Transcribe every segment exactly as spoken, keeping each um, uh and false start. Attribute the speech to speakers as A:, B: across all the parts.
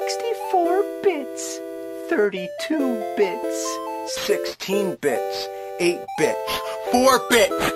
A: sixty-four bits, thirty-two bits,
B: sixteen bits, eight bits, four bits.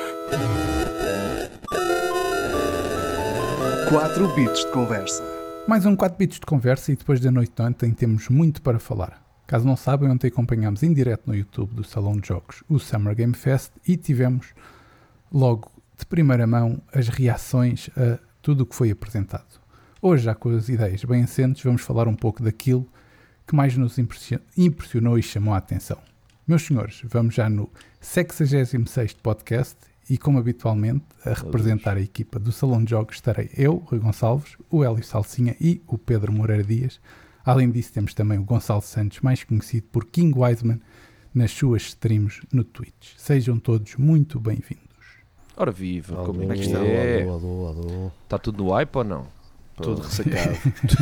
C: quatro bits de conversa.
D: Mais um quatro bits de conversa e depois da noite de ontem temos muito para falar. Caso não saibam, ontem acompanhámos em direto no YouTube do Salão de Jogos o Summer Game Fest e tivemos logo de primeira mão as reações a tudo o que foi apresentado. Hoje, já com as ideias bem assentes, vamos falar um pouco daquilo que mais nos impressionou e chamou a atenção. Meus senhores, vamos já no sexagésimo sexto podcast e, como habitualmente, a representar a equipa do Salão de Jogos estarei eu, Rui Gonçalves, o Hélio Salsinha e o Pedro Moreira Dias. Além disso, temos também o Gonçalo Santos, mais conhecido por King Wiseman, nas suas streams no Twitch. Sejam todos muito bem-vindos.
E: Ora viva,
F: alô,
E: como é que está?
F: Alô, alô, alô.
E: Está tudo no hype ou não?
F: Tudo ressacado.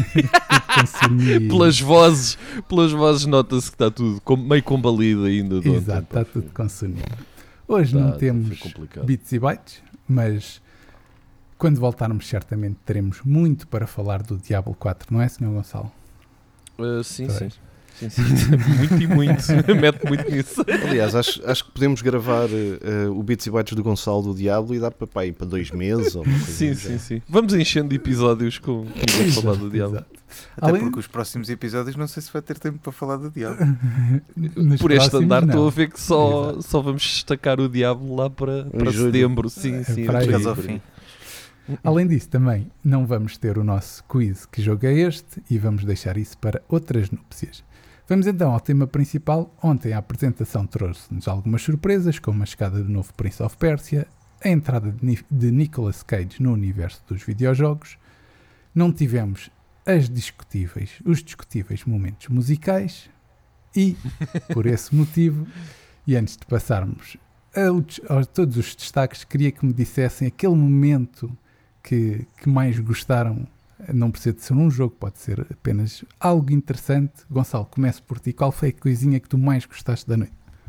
D: tudo
E: pelas vozes, pelas vozes nota-se que está tudo com, meio combalido ainda. Do
D: Exato,
E: ontem,
D: está tudo consumido. Hoje
E: tá,
D: não temos bits e bytes, mas quando voltarmos certamente teremos muito para falar do Diablo quatro, não é, senhor Gonçalo?
E: Uh, sim, sim. sim, sim. Muito e muito. Mete muito nisso.
F: Aliás, acho, acho que podemos gravar uh, o Bits e Bytes do Gonçalo do Diablo e dá para, para, para dois meses. Ou
E: sim, sim, sim. Vamos enchendo episódios com quem vai falar do Diablo.
G: Exato. Até Além... porque os próximos episódios não sei se vai ter tempo para falar do Diablo.
E: Por este andar estou a ver que só, só vamos destacar o Diablo lá para, para setembro. Sim,
D: é
E: sim.
D: Para
G: aí, ao fim.
D: Além disso, também não vamos ter o nosso quiz Que Jogo é Este e vamos deixar isso para outras núpcias. Vamos então ao tema principal. Ontem a apresentação trouxe-nos algumas surpresas, como a chegada do novo Prince of Persia, a entrada de Nicolas Cage no universo dos videojogos. Não tivemos as discutíveis, os discutíveis momentos musicais e, por esse motivo, e antes de passarmos a, a todos os destaques, queria que me dissessem aquele momento que, que mais gostaram. Não precisa de ser um jogo, pode ser apenas algo interessante. Gonçalo, começo por ti. Qual foi a coisinha que tu mais gostaste da noite?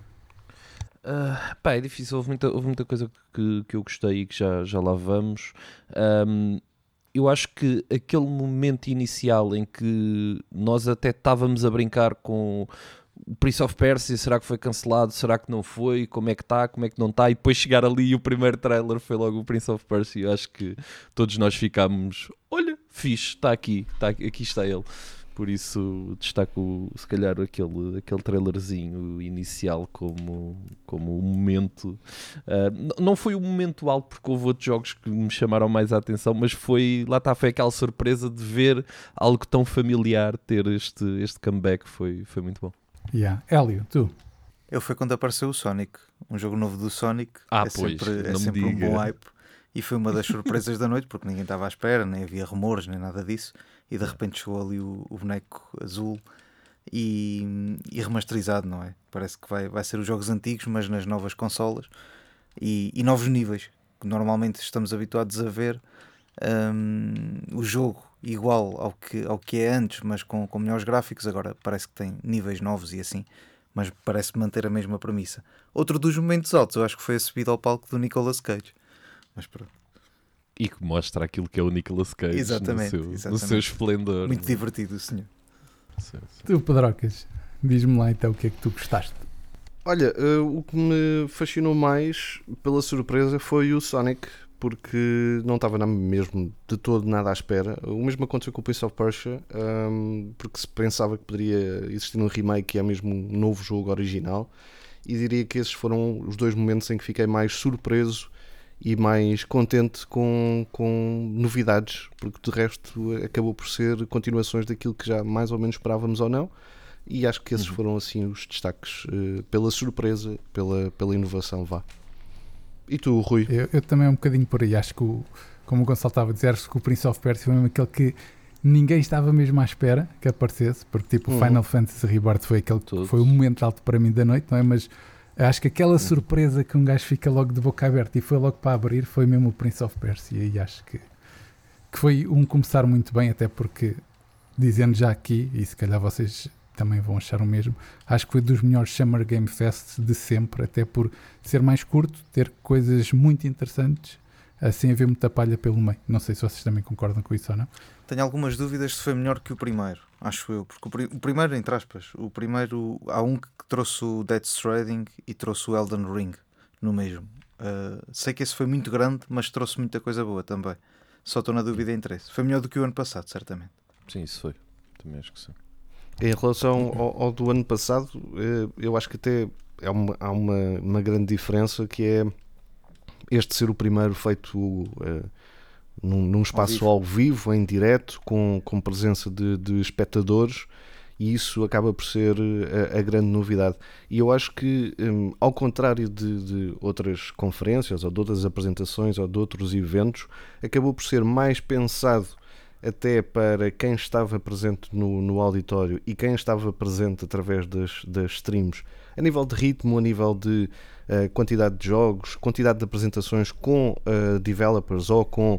E: Uh, pá, é difícil. Houve muita, houve muita coisa que, que eu gostei e que já, já lá vamos. Um, eu acho que aquele momento inicial em que nós até estávamos a brincar com o Prince of Persia, será que foi cancelado, será que não foi, como é que está, como é que não está, e depois chegar ali e o primeiro trailer foi logo o Prince of Persia. Eu acho que todos nós ficámos, olha, fixe, está aqui, está aqui, aqui está ele. Por isso destaco se calhar aquele, aquele trailerzinho inicial como, como um momento. Uh, não foi um momento alto porque houve outros jogos que me chamaram mais a atenção, mas foi, lá está, foi aquela surpresa de ver algo tão familiar ter este, este comeback, foi, foi muito bom.
D: Yeah. Hélio, tu?
G: Eu foi quando apareceu o Sonic, um jogo novo do Sonic.
E: Ah,
G: é
E: pois,
G: sempre, é sempre um bom hype. E foi uma das surpresas da noite, porque ninguém estava à espera, nem havia rumores, nem nada disso. E de repente chegou ali o, o boneco azul e, e remasterizado, não é? Parece que vai, vai ser os jogos antigos, mas nas novas consolas. E, e novos níveis, que normalmente estamos habituados a ver um, o jogo igual ao que, ao que é antes, mas com, com melhores gráficos. Agora parece que tem níveis novos e assim, mas parece manter a mesma premissa. Outro dos momentos altos, eu acho que foi a subida ao palco do Nicolas Cage. Mas pronto.
E: E que mostra aquilo que é o Nicolas Cage.
G: Exatamente,
E: no, seu,
G: exatamente.
E: no seu esplendor.
G: Muito divertido o senhor.
E: Sim, sim.
D: Tu, Pedrocas, diz-me lá então o que é que tu gostaste.
F: Olha, uh, o que me fascinou mais pela surpresa foi o Sonic, porque não estava mesmo de todo nada à espera. O mesmo aconteceu com o Prince of Persia, um, porque se pensava que poderia existir um remake que é mesmo um novo jogo original, e diria que esses foram os dois momentos em que fiquei mais surpreso e mais contente com, com novidades, porque de resto acabou por ser continuações daquilo que já mais ou menos esperávamos ou não, e acho que esses foram assim os destaques, uh, pela surpresa, pela, pela inovação, vá. E tu, Rui?
D: Eu, eu também um bocadinho por aí, acho que o, como o Gonçalo estava a dizer, acho que o Prince of Persia foi mesmo aquele que ninguém estava mesmo à espera que aparecesse, porque tipo o uhum. Final Fantasy Rebirth foi aquele que foi o momento alto para mim da noite, não é? Mas acho que aquela surpresa que um gajo fica logo de boca aberta e foi logo para abrir foi mesmo o Prince of Persia, e acho que, que foi um começar muito bem, até porque, dizendo já aqui, e se calhar vocês também vão achar o mesmo, acho que foi dos melhores Summer Game Fests de sempre, até por ser mais curto, ter coisas muito interessantes, sem haver muita palha pelo meio. Não sei se vocês também concordam com isso ou não.
G: Tenho algumas dúvidas se foi melhor que o primeiro, acho eu. Porque o, pri- o primeiro, entre aspas, o primeiro, há um que trouxe o Death Stranding e trouxe o Elden Ring no mesmo. Uh, sei que esse foi muito grande, mas trouxe muita coisa boa também. Só estou na dúvida entre esse. Foi melhor do que o ano passado, certamente.
E: Sim, isso foi. Também acho que sim.
F: Em relação ao, ao do ano passado, eh, eu acho que até é uma, há uma, uma grande diferença, que é este ser o primeiro feito eh, num, num espaço ao vivo, ao vivo em direto, com, com presença de, de espectadores, e isso acaba por ser a, a grande novidade. E eu acho que, um, ao contrário de, de outras conferências, ou de outras apresentações, ou de outros eventos, acabou por ser mais pensado até para quem estava presente no, no auditório e quem estava presente através das, das streams, a nível de ritmo, a nível de uh, quantidade de jogos, quantidade de apresentações com uh, developers ou com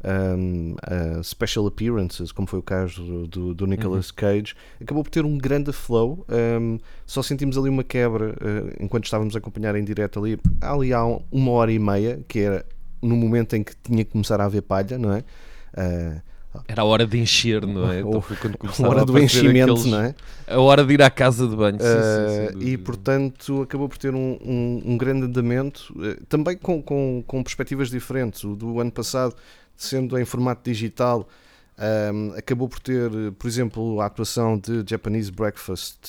F: um, uh, special appearances, como foi o caso do, do, do Nicolas Cage, acabou por ter um grande flow. Um, só sentimos ali uma quebra uh, enquanto estávamos a acompanhar em direto ali, ali há uma hora e meia, que era no momento em que tinha que começar a haver palha, não é? Uh,
E: Era a hora de encher, não é?
F: Ou,
E: Então foi quando
F: a
E: começaram
F: hora
E: a
F: do
E: aparecer
F: enchimento,
E: aqueles-
F: não é?
E: A hora de ir à casa de banho. Sim, sim,
F: Uh,
E: sem dúvida.
F: e portanto acabou por ter um, um, um grande andamento, uh, também com, com, com perspectivas diferentes. O do ano passado, sendo em formato digital, um, acabou por ter, por exemplo, a atuação de Japanese Breakfast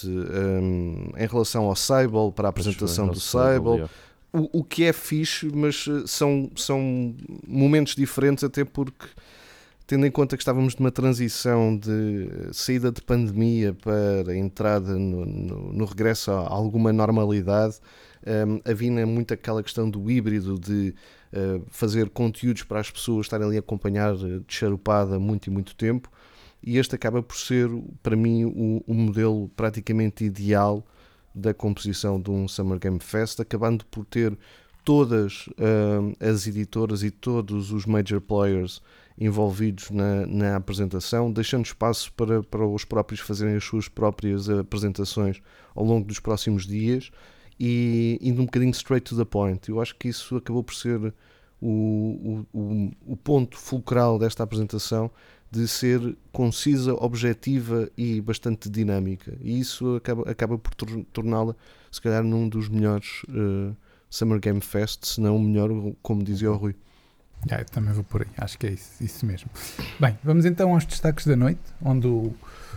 F: um, em relação ao Sable, para a apresentação do Sable, o, o que é fixe, mas uh, são, são momentos diferentes, até porque, tendo em conta que estávamos numa transição de saída de pandemia para entrada no, no, no regresso a alguma normalidade, um, havia muito aquela questão do híbrido, de uh, fazer conteúdos para as pessoas estarem ali a acompanhar de charupada muito e muito tempo, e este acaba por ser, para mim, o, o modelo praticamente ideal da composição de um Summer Game Fest, acabando por ter todas uh, as editoras e todos os major players envolvidos na, na apresentação, deixando espaço para, para os próprios fazerem as suas próprias apresentações ao longo dos próximos dias, e indo um bocadinho straight to the point. Eu acho que isso acabou por ser o, o, o, o ponto fulcral desta apresentação, de ser concisa, objetiva e bastante dinâmica, e isso acaba, acaba por tor- torná-la, se calhar, num dos melhores uh, Summer Game Fest, se não o melhor, como dizia o Rui.
D: Ah, eu também vou por aí, acho que é isso, isso mesmo. Bem, vamos então aos destaques da noite, onde o,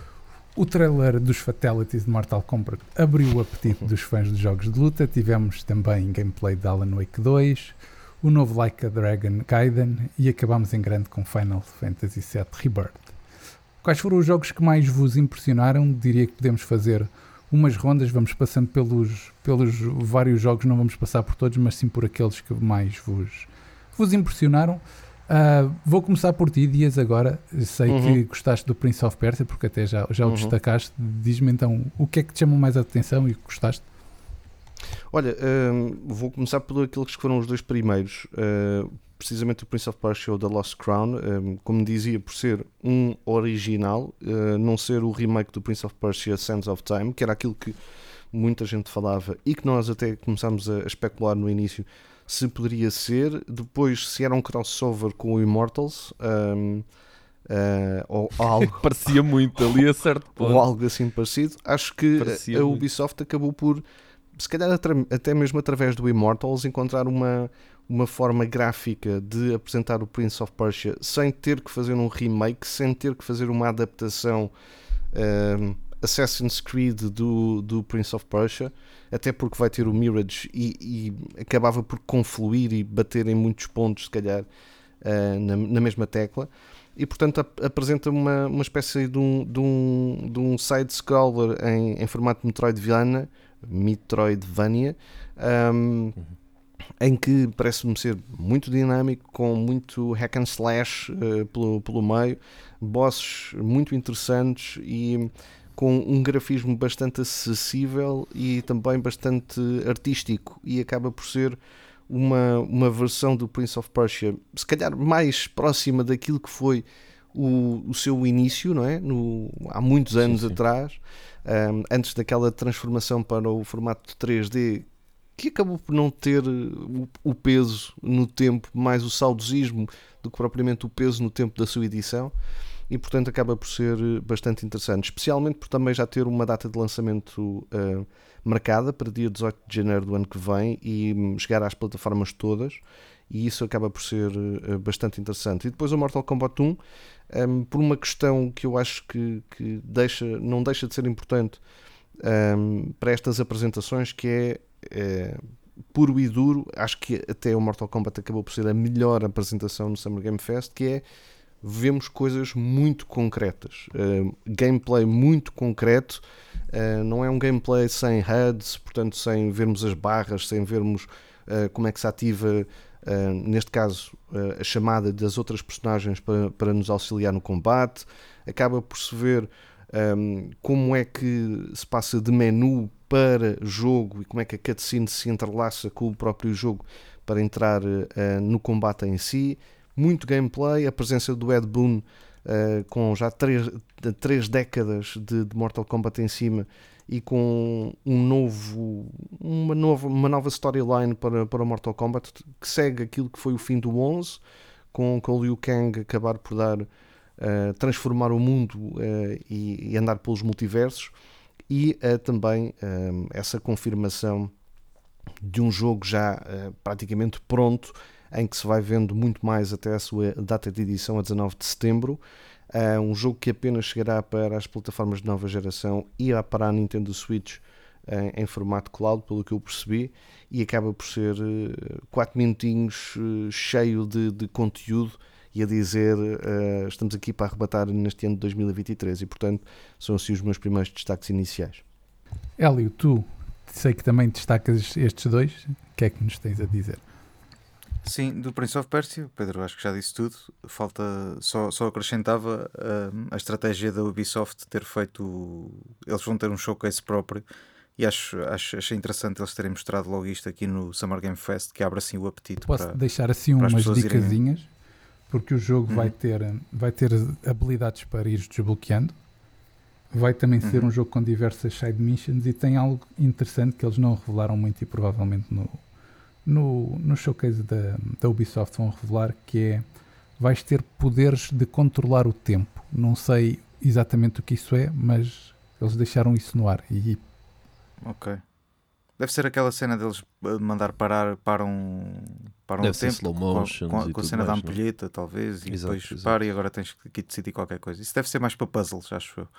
D: o trailer dos Fatalities de Mortal Kombat abriu o apetite dos fãs de jogos de luta. Tivemos também gameplay de Alan Wake dois, o novo Like a Dragon Gaiden, e acabámos em grande com Final Fantasy sete Rebirth. Quais foram os jogos que mais vos impressionaram? Diria que podemos fazer umas rondas, vamos passando pelos, pelos vários jogos, não vamos passar por todos, mas sim por aqueles que mais vos... vos impressionaram. Uh, vou começar por ti, Dias, agora. Sei
F: Uhum.
D: que gostaste do Prince of Persia, porque até já, já o
F: Uhum.
D: destacaste. Diz-me então o que é que te chamou mais a atenção e o que gostaste.
F: Olha, hum, vou começar por aqueles que foram os dois primeiros, uh, precisamente o Prince of Persia ou The Lost Crown. Um, como dizia, por ser um original, uh, não ser o remake do Prince of Persia Sands of Time, que era aquilo que muita gente falava e que nós até começámos a especular no início se poderia ser. Depois, se era um crossover com o Immortals, um, uh, ou algo,
E: Parecia muito ali a certo ponto.
F: ou algo assim parecido. Acho que
E: Parecia
F: a
E: muito.
F: Ubisoft acabou por, se calhar atra- até mesmo através do Immortals, encontrar uma, uma forma gráfica de apresentar o Prince of Persia sem ter que fazer um remake, sem ter que fazer uma adaptação um, Assassin's Creed do, do Prince of Persia, até porque vai ter o Mirage, e, e acabava por confluir e bater em muitos pontos, se calhar, uh, na, na mesma tecla. E portanto ap- apresenta uma, uma espécie de um, de um, de um side-scroller em, em formato Metroidvania, Metroidvania, um, em que parece-me ser muito dinâmico, com muito hack and slash uh, pelo, pelo meio, bosses muito interessantes e com um grafismo bastante acessível e também bastante artístico, e acaba por ser uma, uma versão do Prince of Persia, se calhar mais próxima daquilo que foi o, o seu início, não é? No, há muitos anos
E: Sim, sim.
F: atrás, um, antes daquela transformação para o formato três D, que acabou por não ter o, o peso no tempo, mais o saudosismo do que propriamente o peso no tempo da sua edição. e portanto acaba por ser bastante interessante, especialmente por também já ter uma data de lançamento uh, marcada para dia dezoito de janeiro do ano que vem e um, chegar às plataformas todas, e isso acaba por ser uh, bastante interessante. E depois o Mortal Kombat um, um, por uma questão que eu acho que, que deixa, não deixa de ser importante um, para estas apresentações, que é uh, puro e duro, acho que até o Mortal Kombat acabou por ser a melhor apresentação no Summer Game Fest, que é vemos coisas muito concretas, uh, gameplay muito concreto, uh, não é um gameplay sem H U Ds, portanto sem vermos as barras, sem vermos uh, como é que se ativa, uh, neste caso, uh, a chamada das outras personagens para, para nos auxiliar no combate. Acaba por se ver um, como é que se passa de menu para jogo e como é que a cutscene se entrelaça com o próprio jogo para entrar uh, no combate em si. Muito gameplay, a presença do Ed Boon uh, com já três, três décadas de, de Mortal Kombat em cima e com um novo, uma, nova, uma nova storyline para, para o Mortal Kombat, que segue aquilo que foi o fim do onze, com, com o Liu Kang acabar por dar, uh, transformar o mundo uh, e, e andar pelos multiversos, e uh, também uh, essa confirmação de um jogo já uh, praticamente pronto, em que se vai vendo muito mais até a sua data de edição, a dezanove de setembro. É um jogo que apenas chegará para as plataformas de nova geração e para a Nintendo Switch em, em formato cloud, pelo que eu percebi, e acaba por ser quatro minutinhos cheio de, de conteúdo e a dizer uh, estamos aqui para arrebatar neste ano de dois mil e vinte e três, e portanto são assim os meus primeiros destaques iniciais.
D: Hélio, tu sei que também destacas estes dois, o que é que nos tens a dizer?
G: Sim, do Prince of Persia, Pedro, acho que já disse tudo. Falta, só, só acrescentava uh, a estratégia da Ubisoft ter feito. Eles vão ter um showcase próprio e acho, acho achei interessante eles terem mostrado logo isto aqui no Summer Game Fest, que abre assim o apetite.
D: Posso
G: para,
D: deixar assim
G: para
D: umas
G: irem...
D: dicasinhas, porque o jogo
G: uhum.
D: vai, ter, vai ter habilidades para ir desbloqueando. Vai também uhum. ser um jogo com diversas side missions e tem algo interessante que eles não revelaram muito e provavelmente no. No, no showcase da, da Ubisoft vão revelar, que é vais ter poderes de controlar o tempo. Não sei exatamente o que isso é, mas eles deixaram isso no ar. E...
G: Ok. Deve ser aquela cena deles mandar parar para um, para um
E: Deve
G: tempo,
E: ser slow motion,
G: com, com, com a cena
E: mais,
G: da ampulheta, não? Talvez, e
E: exato,
G: depois
E: exato.
G: para e agora tens que decidir qualquer coisa. Isso deve ser mais para puzzles, acho eu.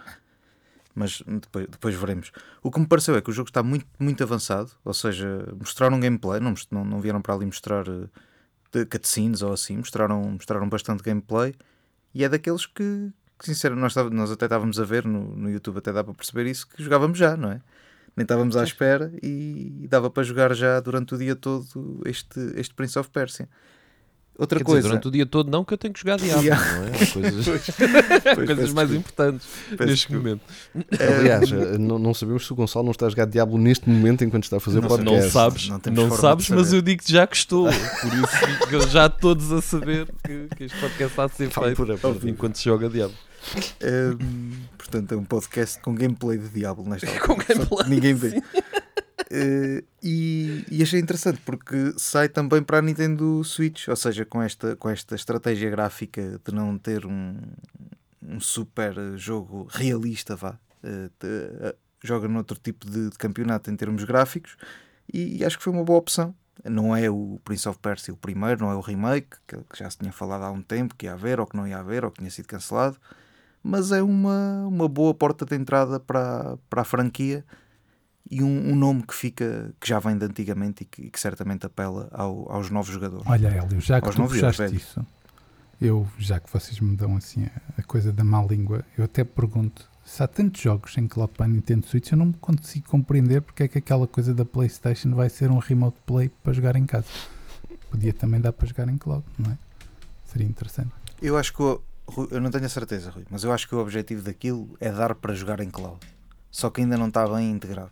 G: Mas depois, depois veremos. O que me pareceu é que o jogo está muito, muito avançado, ou seja, mostraram um gameplay, não, não, não vieram para ali mostrar uh, cutscenes ou assim, mostraram, mostraram bastante gameplay, e é daqueles que, que sinceramente, nós, nós até estávamos a ver no, no YouTube, até dá para perceber isso, que jogávamos já, não é? Nem estávamos à espera e dava para jogar já durante o dia todo este, este Prince of Persia. Outra
E: Quer
G: coisa.
E: Dizer, durante o dia todo não, que eu tenho que jogar Diablo,
G: Yeah.
E: não é? Há coisas,
G: Pois,
E: coisas mais
G: desculpa.
E: importantes
G: Peço
E: neste
G: desculpa.
E: momento.
F: Aliás, não, não sabemos se o Gonçalo não está a jogar Diablo neste momento enquanto está a fazer
G: Não
F: podcast.
E: Não sabes,
G: não
E: não,
G: temos forma
E: sabes,
G: de
E: mas
G: saber.
E: eu digo-te já que estou. Por isso fico já todos a saber que, que este podcast está a ser
F: Pá,
E: feito
F: pura, pura.
E: enquanto se joga Diablo.
G: Um, portanto, é um podcast com gameplay de Diablo nesta altura.
E: Com gameplay,
G: Só que ninguém vê. Uh, e, e achei interessante porque sai também para a Nintendo Switch, ou seja, com esta, com esta estratégia gráfica de não ter um, um super jogo realista, vá. Uh, te, uh, joga noutro tipo de, de campeonato em termos gráficos, e, e acho que foi uma boa opção. Não é o Prince of Persia o primeiro, não é o remake, que, que já se tinha falado há um tempo que ia haver, ou que não ia haver, ou que tinha sido cancelado, mas é uma, uma boa porta de entrada para, para a franquia. E um, um nome que fica, que já vem de antigamente e que, e que certamente apela ao, aos novos jogadores.
D: Olha, Hélio, já que
G: Aos
D: tu
G: novos
D: puxaste
G: velhos.
D: isso, eu, já que vocês me dão assim a, a coisa da má língua, eu até pergunto se há tantos jogos em cloud para a Nintendo Switch, eu não consigo compreender porque é que aquela coisa da PlayStation vai ser um remote play para jogar em casa. Podia também dar para jogar em cloud, não é? Seria interessante.
G: Eu acho que, o, eu não tenho a certeza, Rui, mas eu acho que o objetivo daquilo é dar para jogar em cloud. Só que ainda não está bem integrado.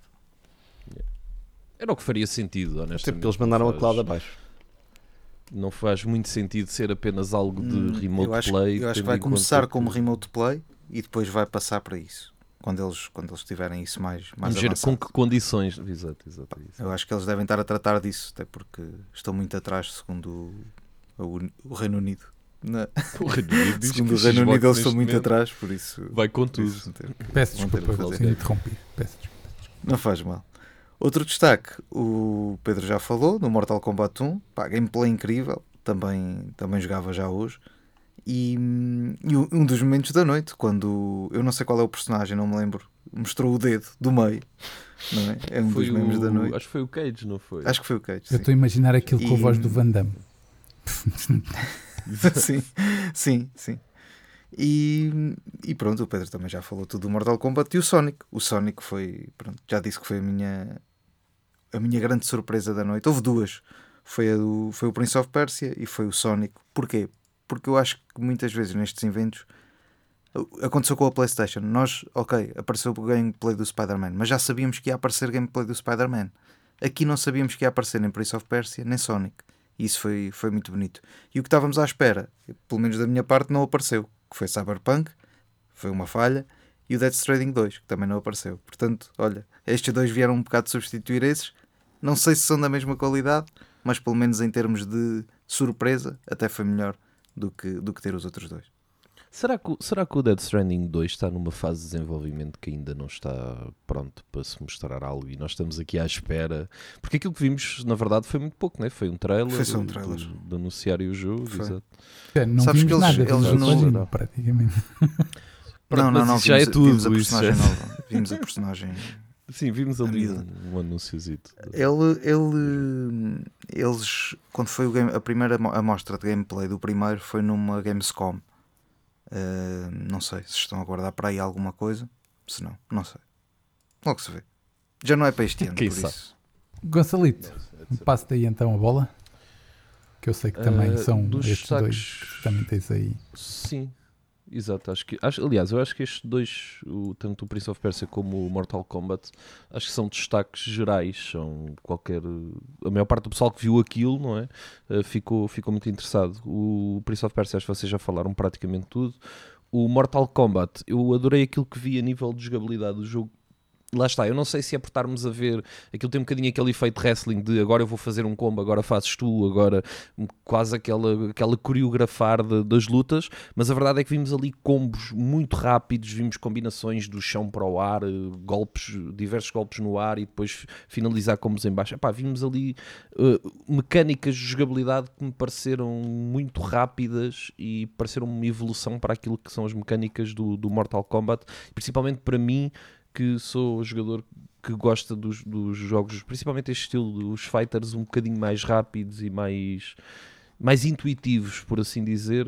E: Era o que faria sentido, honestamente.
F: Até porque eles mandaram
E: Não
F: a
E: faz-
F: cloud abaixo.
E: Não faz muito sentido ser apenas algo de
G: Hum,
E: remote
G: eu acho,
E: play.
G: Eu acho que
E: tendo
G: vai
E: em
G: começar
E: conta
G: como
E: que-
G: remote play e depois vai passar para isso. Quando eles, quando eles tiverem isso mais, mais
E: Vamos ver
G: avançado.
E: com que condições. Exato, exato. Isso.
G: Eu acho que eles devem estar a tratar disso, até porque estão muito atrás, segundo o, o- o Reino Unido. Na...
E: O Reino Unido diz
G: Segundo
E: que
G: o Reino
E: Xbox
G: Unido, eles
E: neste
G: estão muito
E: momento
G: atrás, por isso.
E: vai com
G: por
E: tudo.
G: isso vão ter-
D: Peço
G: vão ter
D: desculpa
G: que
D: por
G: fazer.
D: ter interrompido. Peço desculpa.
G: Não faz mal. Outro destaque, o Pedro já falou, no Mortal Kombat um, pá, gameplay incrível, também, também jogava já hoje. E, e um dos momentos da noite, quando eu não sei qual é o personagem, não me lembro, mostrou o dedo do meio, não é? É um
E: Foi
G: dos memes
E: o-
G: da noite.
E: Acho que foi o Cage, não foi?
G: Acho que foi o Cage.
D: Eu
G: Sim.
D: estou a imaginar aquilo com a
G: E-
D: voz do Van Damme.
G: sim, sim, sim. E, e pronto, o Pedro também já falou tudo do Mortal Kombat e o Sonic. O Sonic foi, pronto, já disse que foi a minha, a minha grande surpresa da noite. Houve duas. Foi, a do, foi o Prince of Persia e foi o Sonic. Porquê? Porque eu acho que muitas vezes nestes eventos aconteceu com a PlayStation. Nós, ok, apareceu o gameplay do Spider-Man, mas já sabíamos que ia aparecer gameplay do Spider-Man. Aqui não sabíamos que ia aparecer nem Prince of Persia nem Sonic. E isso foi, foi muito bonito. E o que estávamos à espera, pelo menos da minha parte, não apareceu. Que foi Cyberpunk, foi uma falha, e o Death Stranding dois, que também não apareceu. Portanto, olha, estes dois vieram um bocado substituir esses. Não sei se são da mesma qualidade, mas pelo menos em termos de surpresa, até foi melhor do que, do que ter os outros dois.
E: Será que, o- será que o Death Stranding dois está numa fase de desenvolvimento que ainda não está pronto para se mostrar algo e nós estamos aqui à espera? Porque aquilo que vimos, na verdade, foi muito pouco, né? Foi um trailer,
G: Foi só um
E: de-
G: trailer.
E: De, de anunciar o jogo.
G: Foi.
E: Exato.
D: É, não
G: Sabes
D: vimos
G: que eles-
D: nada,
G: eles
D: vimos
E: não-
D: sozinho,
E: não.
D: praticamente.
E: Pronto,
G: não, não,
E: mas
G: não,
E: isso já
G: vimos,
E: é tudo,
G: vimos a
E: isso
G: personagem
E: já é-
G: nova. Vimos a personagem.
E: Sim, vimos ali
G: Amiga.
E: um, um anúnciozito.
G: Ele, ele, eles, quando foi o game, a primeira amo- amostra de gameplay do primeiro foi numa Gamescom. Uh, não sei se estão a guardar para aí alguma coisa. Se não, não sei. Logo se vê. Já não é para este ano,
E: Quem
G: por
E: sabe?
G: isso.
D: Gonçalito, passo-te aí então a bola. Que eu sei que também
E: Ah,
D: são
E: dos
D: estes
E: destaques-
D: dois que também tens aí.
E: Sim, exato. Acho que, acho, aliás, eu acho que estes dois, o, tanto o Prince of Persia como o Mortal Kombat, acho que são destaques gerais. São qualquer. A maior parte do pessoal que viu aquilo, não é? Uh, ficou, ficou muito interessado. O Prince of Persia, acho que vocês já falaram praticamente tudo. O Mortal Kombat, eu adorei aquilo que vi a nível de jogabilidade do jogo. Lá está, eu não sei se é por estarmos a ver, aquilo tem um bocadinho aquele efeito wrestling de agora eu vou fazer um combo, agora fazes tu, agora quase aquela, aquela coreografar de, das lutas, mas a verdade é que vimos ali combos muito rápidos, vimos combinações do chão para o ar, golpes, diversos golpes no ar e depois finalizar combos em baixo. Epá, vimos ali uh, mecânicas de jogabilidade que me pareceram muito rápidas e pareceram uma evolução para aquilo que são as mecânicas do, do Mortal Kombat, principalmente para mim, que sou jogador que gosta dos, dos jogos, principalmente este estilo dos fighters um bocadinho mais rápidos e mais, mais intuitivos, por assim dizer,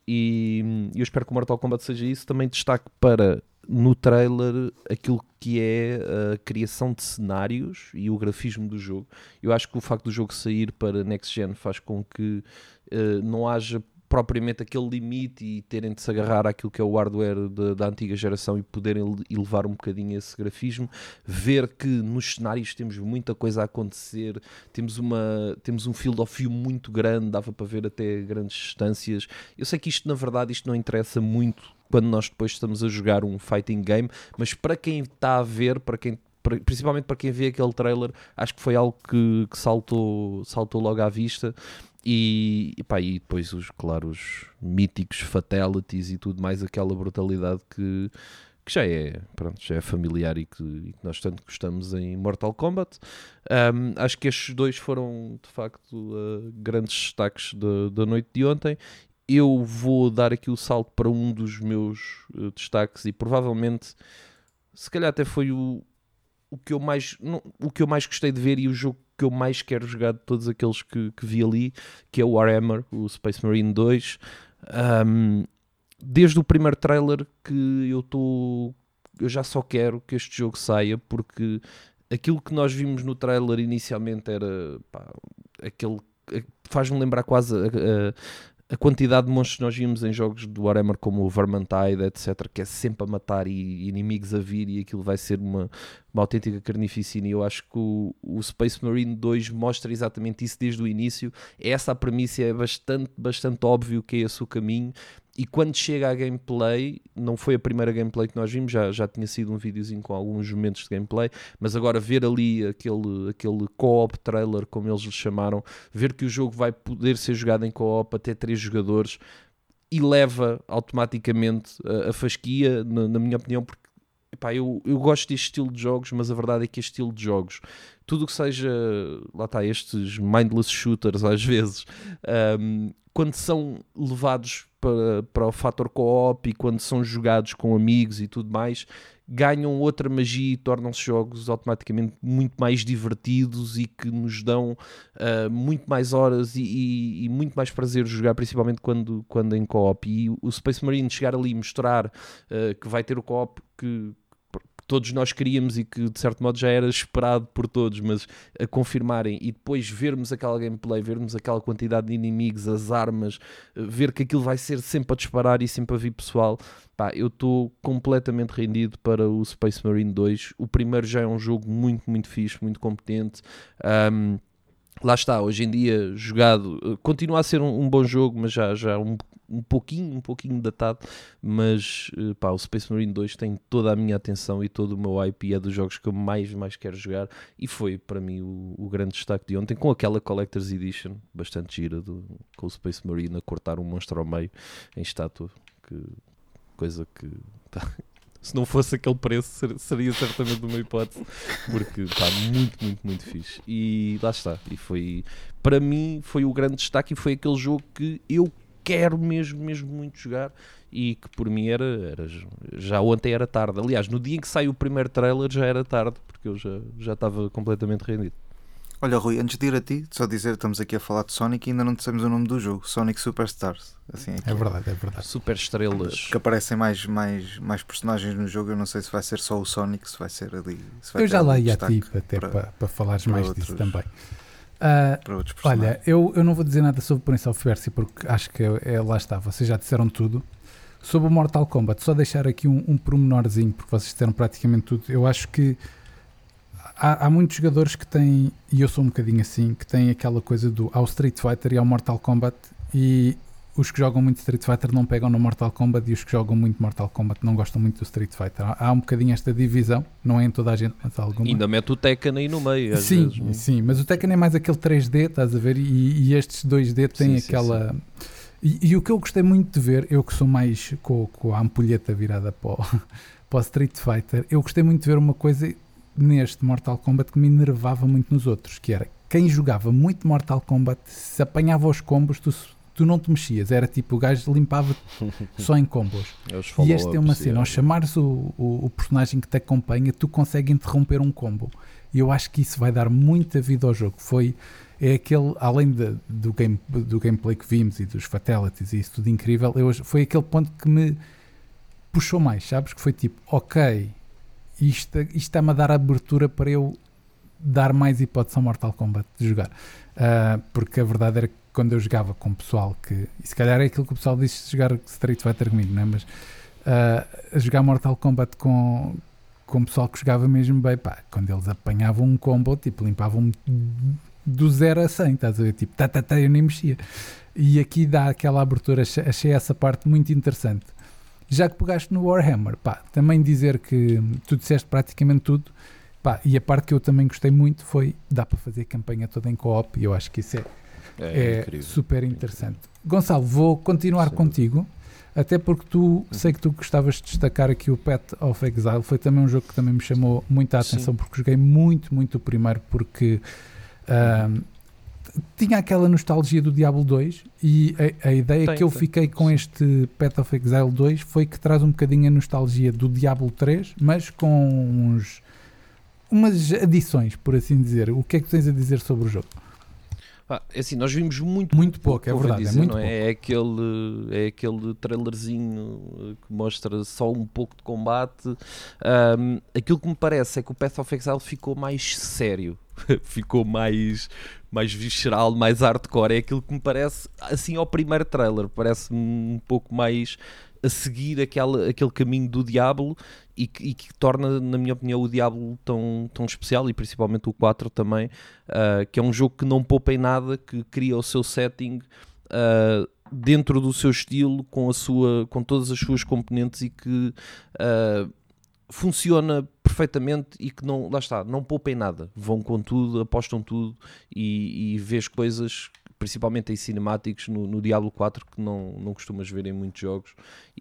E: e eu espero que o Mortal Kombat seja isso. Também destaque para, no trailer, aquilo que é a criação de cenários e o grafismo do jogo. Eu acho que o facto do jogo sair para Next Gen faz com que uh, não haja propriamente aquele limite e terem de se agarrar àquilo que é o hardware de, da antiga geração e poderem elevar um bocadinho esse grafismo, ver que nos cenários temos muita coisa a acontecer, temos, uma, temos um field of view muito grande, dava para ver até grandes distâncias. Eu sei que isto, na verdade, isto não interessa muito quando nós depois estamos a jogar um fighting game, mas para quem está a ver, para quem principalmente para quem vê aquele trailer, acho que foi algo que, que saltou, saltou logo à vista. E, e, pá, e depois os, claro, os míticos fatalities e tudo mais, aquela brutalidade que, que já, é, pronto, já é familiar e que, e que nós tanto gostamos em Mortal Kombat. Um, acho que estes dois foram de facto uh, grandes destaques da, da noite de ontem. Eu vou dar aqui o salto para um dos meus uh, destaques e provavelmente se calhar até foi o, o, que eu mais, não, o que eu mais gostei de ver e o jogo que eu mais quero jogar de todos aqueles que, que vi ali, que é o Warhammer, o Space Marine dois. Um, desde o primeiro trailer que eu estou, eu já só quero que este jogo saia, porque aquilo que nós vimos no trailer inicialmente era, pá, aquele, faz-me lembrar quase a, a a quantidade de monstros que nós vimos em jogos do Warhammer como o Vermintide, etcétera, que é sempre a matar e inimigos a vir e aquilo vai ser uma, uma autêntica carnificina. E eu acho que o, o Space Marine dois mostra exatamente isso desde o início. Essa a premissa, é bastante, bastante óbvio que é esse o caminho. E quando chega à gameplay, não foi a primeira gameplay que nós vimos, já, já tinha sido um videozinho com alguns momentos de gameplay, mas agora ver ali aquele, aquele co-op trailer, como eles lhe chamaram, ver que o jogo vai poder ser jogado em co-op até três jogadores, eleva automaticamente a, a fasquia, na, na minha opinião, porque epá, eu, eu gosto deste estilo de jogos, mas a verdade é que este estilo de jogos, tudo o que seja, lá está, estes mindless shooters às vezes, um, quando são levados para, para o fator co-op e quando são jogados com amigos e tudo mais, ganham outra magia e tornam-se jogos automaticamente muito mais divertidos e que nos dão uh, muito mais horas e, e, e muito mais prazer jogar, principalmente quando, quando em co-op. E o Space Marine chegar ali e mostrar uh, que vai ter o co-op que todos nós queríamos e que de certo modo já era esperado por todos, mas a confirmarem e depois vermos aquela gameplay, vermos aquela quantidade de inimigos, as armas, ver que aquilo vai ser sempre a disparar e sempre a vir pessoal, pá, eu estou completamente rendido para o Space Marine dois. O primeiro já é um jogo muito, muito fixe, muito competente. Um, lá está, hoje em dia jogado, continua a ser um, um bom jogo, mas já, já um um pouquinho, um pouquinho datado, mas pá, o Space Marine dois tem toda a minha atenção e todo o meu hype e é dos jogos que eu mais, mais quero jogar, e foi para mim o, o grande destaque de ontem, com aquela Collector's Edition bastante gira, do, com o Space Marine a cortar um monstro ao meio em estátua, que, coisa que tá, se não fosse aquele preço seria certamente uma hipótese, porque está muito, muito, muito fixe, e lá está, e foi, para mim foi o grande destaque e foi aquele jogo que eu quero mesmo, mesmo muito jogar e que por mim era, era já ontem era tarde. Aliás, no dia em que saiu o primeiro trailer já era tarde, porque eu já, já estava completamente rendido.
G: Olha, Rui, antes de ir a ti, só dizer, estamos aqui a falar de Sonic e ainda não dissemos o nome do jogo, Sonic Superstars. Assim,
D: é verdade, é verdade.
E: Super estrelas.
G: Porque aparecem mais, mais, mais personagens no jogo, eu não sei se vai ser só o Sonic, se vai ser ali... Se vai
D: eu já lá ia a
G: ti
D: até para, para, para falares
G: para
D: mais
G: outros,
D: disso também. Uh, olha, eu, eu não vou dizer nada sobre o Prince of Persia porque acho que é, é, lá está, vocês já disseram tudo. Sobre o Mortal Kombat, só deixar aqui um, um pormenorzinho, porque vocês disseram praticamente tudo. Eu acho que há, há muitos jogadores que têm, e eu sou um bocadinho assim, que têm aquela coisa do ao Street Fighter e ao Mortal Kombat, e os que jogam muito Street Fighter não pegam no Mortal Kombat e os que jogam muito Mortal Kombat não gostam muito do Street Fighter. Há, há um bocadinho esta divisão, não é em toda a gente, mas alguma.
E: Ainda mete o Tekken aí no meio. Às
D: sim,
E: vezes,
D: sim, mas o Tekken é mais aquele três D, estás a ver? E, e estes dois D têm sim, aquela... Sim, sim. E, e o que eu gostei muito de ver, eu que sou mais com, com a ampulheta virada para o, para o Street Fighter, eu gostei muito de ver uma coisa neste Mortal Kombat que me enervava muito nos outros, que era, quem jogava muito Mortal Kombat, se apanhava os combos, tu... tu não te mexias, era tipo, o gajo limpava só em combos. E este tem uma cena, ao chamares o, o, o personagem que te acompanha, tu consegues interromper um combo. E eu acho que isso vai dar muita vida ao jogo. Foi, é aquele, além de, do, game, do gameplay que vimos e dos fatalities e isso tudo incrível, eu, foi aquele ponto que me puxou mais, sabes? Que foi tipo, ok, isto, isto está-me a dar abertura para eu dar mais hipótese ao Mortal Kombat de jogar. Uh, porque a verdade era que quando eu jogava com o pessoal que, e se calhar é aquilo que o pessoal diz de jogar Street Fighter comigo, não é? Mas uh, a jogar Mortal Kombat com, com o pessoal que jogava mesmo bem, pá, quando eles apanhavam um combo, tipo, limpavam-me do zero a cem, estás a ver? Tipo, tá, tá, tá, eu nem mexia. E aqui dá aquela abertura, achei, achei essa parte muito interessante. Já que pegaste no Warhammer, pá, também dizer que tu disseste praticamente tudo, pá, e a parte que eu também gostei muito foi, dá para fazer a campanha toda em co-op, e eu acho que isso é É, é super interessante. Gonçalo, vou continuar Sim. contigo, até porque tu, uhum. sei que tu gostavas de destacar aqui o Path of Exile, foi também um jogo que também me chamou muita atenção, Sim. porque joguei muito, muito o primeiro, porque um, tinha aquela nostalgia do Diablo dois e a, a ideia tem, que eu tem. fiquei com Sim. este Path of Exile dois foi que traz um bocadinho a nostalgia do Diablo três, mas com uns, umas adições, por assim dizer. O que é que tens a dizer sobre o jogo?
E: Ah, é assim, nós vimos muito,
D: muito pouco, é verdade,
E: dizer,
D: é, muito
E: não é?
D: pouco.
E: É, aquele, é aquele trailerzinho que mostra só um pouco de combate. Um, aquilo que me parece é que o Path of Exile ficou mais sério, ficou mais, mais visceral, mais hardcore. É aquilo que me parece, assim, ao primeiro trailer, parece-me um pouco mais a seguir aquele, aquele caminho do Diablo e que, e que torna, na minha opinião, o Diablo tão, tão especial, e principalmente o quatro também, uh, que é um jogo que não poupa em nada, que cria o seu setting uh, dentro do seu estilo, com, a sua, com todas as suas componentes, e que uh, funciona perfeitamente e que não, lá está, não poupa em nada, vão com tudo, apostam tudo, e, e vês coisas principalmente em cinemáticos no, no Diablo quatro, que não, não costumas ver em muitos jogos,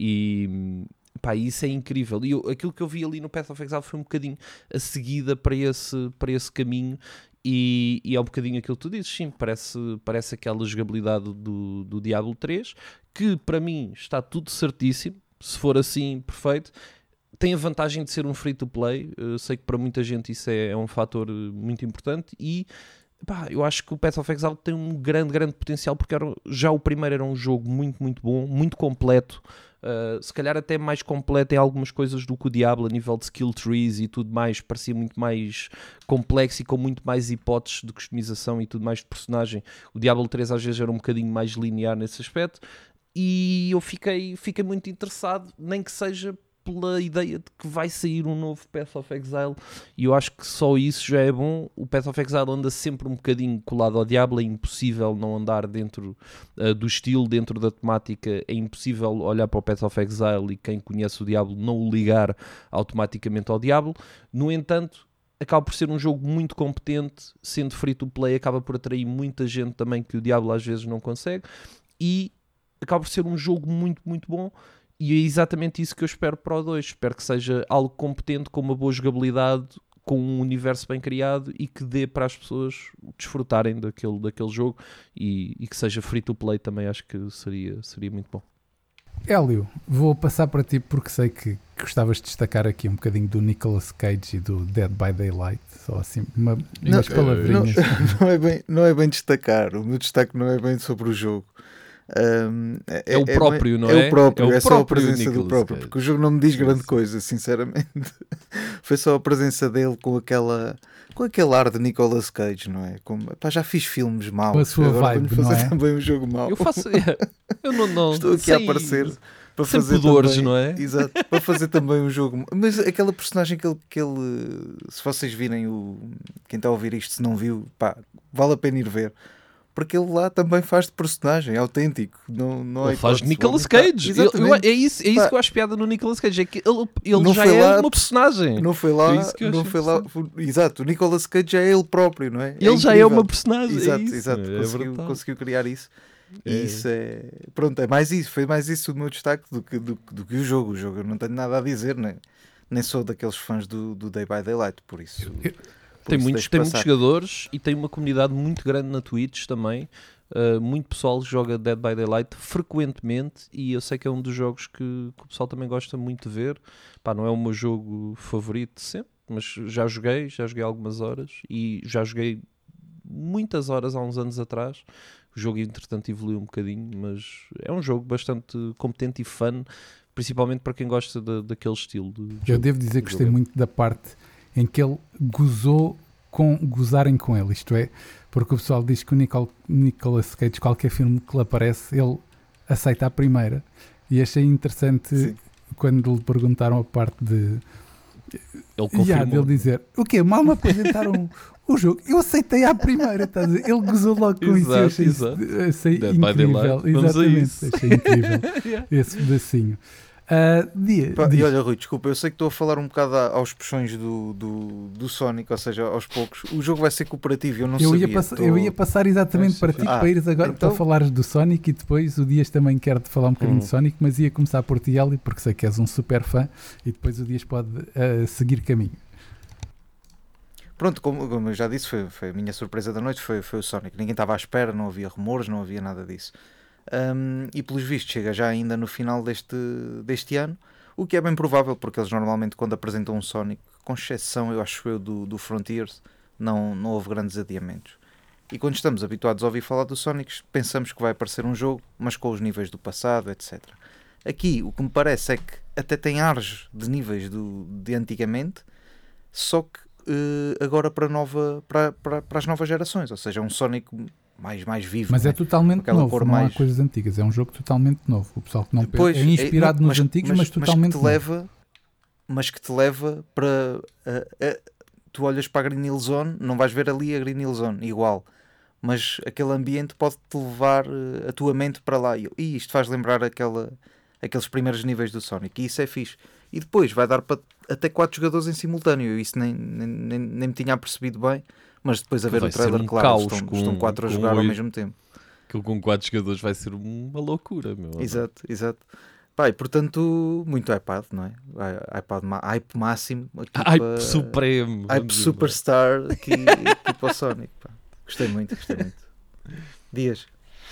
E: e pá, isso é incrível. E eu, aquilo que eu vi ali no Path of Exile foi um bocadinho a seguida para esse, para esse caminho, e, e é um bocadinho aquilo que tu dizes, sim, parece, parece aquela jogabilidade do, do Diablo três, que para mim está tudo certíssimo, se for assim, perfeito. Tem a vantagem de ser um free-to-play, eu sei que para muita gente isso é, é um fator muito importante, e pá, eu acho que o Path of Exile tem um grande, grande potencial, porque era, já o primeiro era um jogo muito, muito bom, muito completo, uh, se calhar até mais completo em algumas coisas do que o Diablo, a nível de skill trees e tudo mais, parecia muito mais complexo e com muito mais hipóteses de customização e tudo mais de personagem. O Diablo três às vezes era um bocadinho mais linear nesse aspecto, e eu fiquei, fiquei muito interessado, nem que seja pela ideia de que vai sair um novo Path of Exile, e eu acho que só isso já é bom. O Path of Exile anda sempre um bocadinho colado ao Diablo, é impossível não andar dentro uh, do estilo, dentro da temática, é impossível olhar para o Path of Exile e quem conhece o Diablo não o ligar automaticamente ao Diablo. No entanto, acaba por ser um jogo muito competente, sendo free to play, acaba por atrair muita gente também que o Diablo às vezes não consegue, e acaba por ser um jogo muito, muito bom. E é exatamente isso que eu espero para o dois. Espero que seja algo competente, com uma boa jogabilidade, com um universo bem criado, e que dê para as pessoas desfrutarem daquele, daquele jogo, e, e que seja free to play também. Acho que seria, seria muito bom.
D: Hélio, vou passar para ti porque sei que gostavas de destacar aqui um bocadinho do Nicolas Cage e do Dead by Daylight. Só assim, uma,
G: Não,
D: umas palavrinhas.
G: Não, não, é bem, não é bem destacar. O meu destaque não é bem sobre o jogo. Um,
E: é, é o próprio,
G: é,
E: não
G: é?
E: é?
G: o próprio, é,
E: é
G: o
E: só
G: próprio
E: a presença
G: Nicolas do próprio,
E: Cage.
G: porque o jogo não me diz grande coisa, sinceramente. Foi só a presença dele com aquela, com aquele ar de Nicolas Cage, não é? Como, pá, já fiz filmes maus,
D: com a sua
G: agora
D: vibe,
G: vamos fazer
D: não é?
G: também um jogo mau.
E: Eu faço. Eu não, não
G: Estou aqui
E: sem,
G: a aparecer para
E: sem
G: fazer
E: pudores,
G: também,
E: não é?
G: Exato, para fazer também um jogo. Mas aquela personagem que ele, que ele, se vocês virem o, quem está a ouvir isto, se não viu, pá, vale a pena ir ver. Porque ele lá também faz de personagem autêntico. Não, não
E: ele
G: é
E: faz de Nicolas
G: tá,
E: Cage. Eu, eu, é isso, é isso que eu acho piada no Nicolas Cage. É que ele, ele já é lá, uma personagem.
G: Não foi lá.
E: É
G: não foi lá exato, o Nicolas Cage é ele próprio, não é?
E: Ele
G: é
E: já é uma personagem.
G: Exato,
E: é isso,
G: exato.
E: É
G: conseguiu, conseguiu criar isso.
E: É.
G: E isso é. Pronto, é mais isso. Foi mais isso o meu destaque do que, do, do que o jogo. O jogo eu não tenho nada a dizer, nem, nem sou daqueles fãs do, do Day by Daylight, por isso.
E: Eu, por tem isso muitos, tem muitos jogadores e tem uma comunidade muito grande na Twitch também. Uh, muito pessoal joga Dead by Daylight frequentemente, e eu sei que é um dos jogos que, que o pessoal também gosta muito de ver. Pá, não é o meu jogo favorito de sempre, mas já joguei, já joguei algumas horas, e já joguei muitas horas há uns anos atrás. O jogo entretanto evoluiu um bocadinho, mas é um jogo bastante competente e fun, principalmente para quem gosta de, daquele estilo de
D: Eu
E: jogo,
D: devo dizer que gostei
E: jogo.
D: muito da parte em que ele gozou com gozarem com ele, isto é, porque o pessoal diz que o Nicol, Nicolas Cage, qualquer filme que lhe aparece, ele aceita a primeira, e achei interessante. Sim. Quando lhe perguntaram a parte de
E: ele confirmou,
D: dele dizer, o quê? Mal me apresentaram o jogo, eu aceitei à primeira, tá a dizer? Ele gozou logo com
E: exato,
D: isso, eu achei, achei incrível, exatamente, achei incrível yeah. esse pedacinho. Uh, dia,
G: Pá, e olha, Rui, desculpa, eu sei que estou a falar um bocado aos puxões do, do, do Sonic, ou seja, aos poucos. O jogo vai ser cooperativo, eu não
D: eu
G: sabia.
D: Ia pass-
G: tô...
D: Eu ia passar exatamente para ti, ah, para ires agora então... para falares do Sonic, e depois o Dias também quer-te falar um bocadinho hum. de Sonic, mas ia começar por ti, Eli, porque sei que és um super fã, e depois o Dias pode uh, seguir caminho.
G: Pronto, como, como eu já disse, foi, foi a minha surpresa da noite, foi, foi o Sonic. Ninguém estava à espera, não havia rumores, não havia nada disso. Um, e pelos vistos chega já ainda no final deste, deste ano, o que é bem provável, porque eles normalmente quando apresentam um Sonic, com exceção eu acho eu do, do Frontiers, não, não houve grandes adiamentos. E quando estamos habituados a ouvir falar do Sonic, pensamos que vai aparecer um jogo, mas com os níveis do passado, etcétera. Aqui o que me parece é que até tem ares de níveis do, de antigamente, só que uh, agora para, nova, para, para, para as novas gerações, ou seja, um Sonic mais, mais vivo.
D: Mas
G: né?
D: é totalmente
G: Aquela
D: novo, não
G: mais...
D: há coisas antigas, é um jogo totalmente novo. O pessoal que não
G: pois,
D: é inspirado
G: é,
D: nos
G: mas,
D: antigos, mas,
G: mas
D: totalmente
G: mas que te leva, novo. Mas que te leva para... Uh, uh, tu olhas para a Green Hill Zone, não vais ver ali a Green Hill Zone, igual. Mas aquele ambiente pode-te levar uh, a tua mente para lá. E e isto faz lembrar aquela, aqueles primeiros níveis do Sonic. E isso é fixe. E depois vai dar para até quatro jogadores em simultâneo. Eu isso nem, nem, nem, nem me tinha percebido bem. Mas depois a ver
E: vai
G: o trailer,
E: um
G: claro, estão,
E: com,
G: estão quatro a jogar ao mesmo tempo.
E: Aquilo com quatro jogadores vai ser uma loucura, meu.
G: Exato, exato. Pá, e portanto, muito iPad, não é? iPad, hype máximo.
E: Hype para... supremo.
G: Hype superstar aqui, aqui para o Sonic. Pá. Gostei muito, gostei muito. Dias.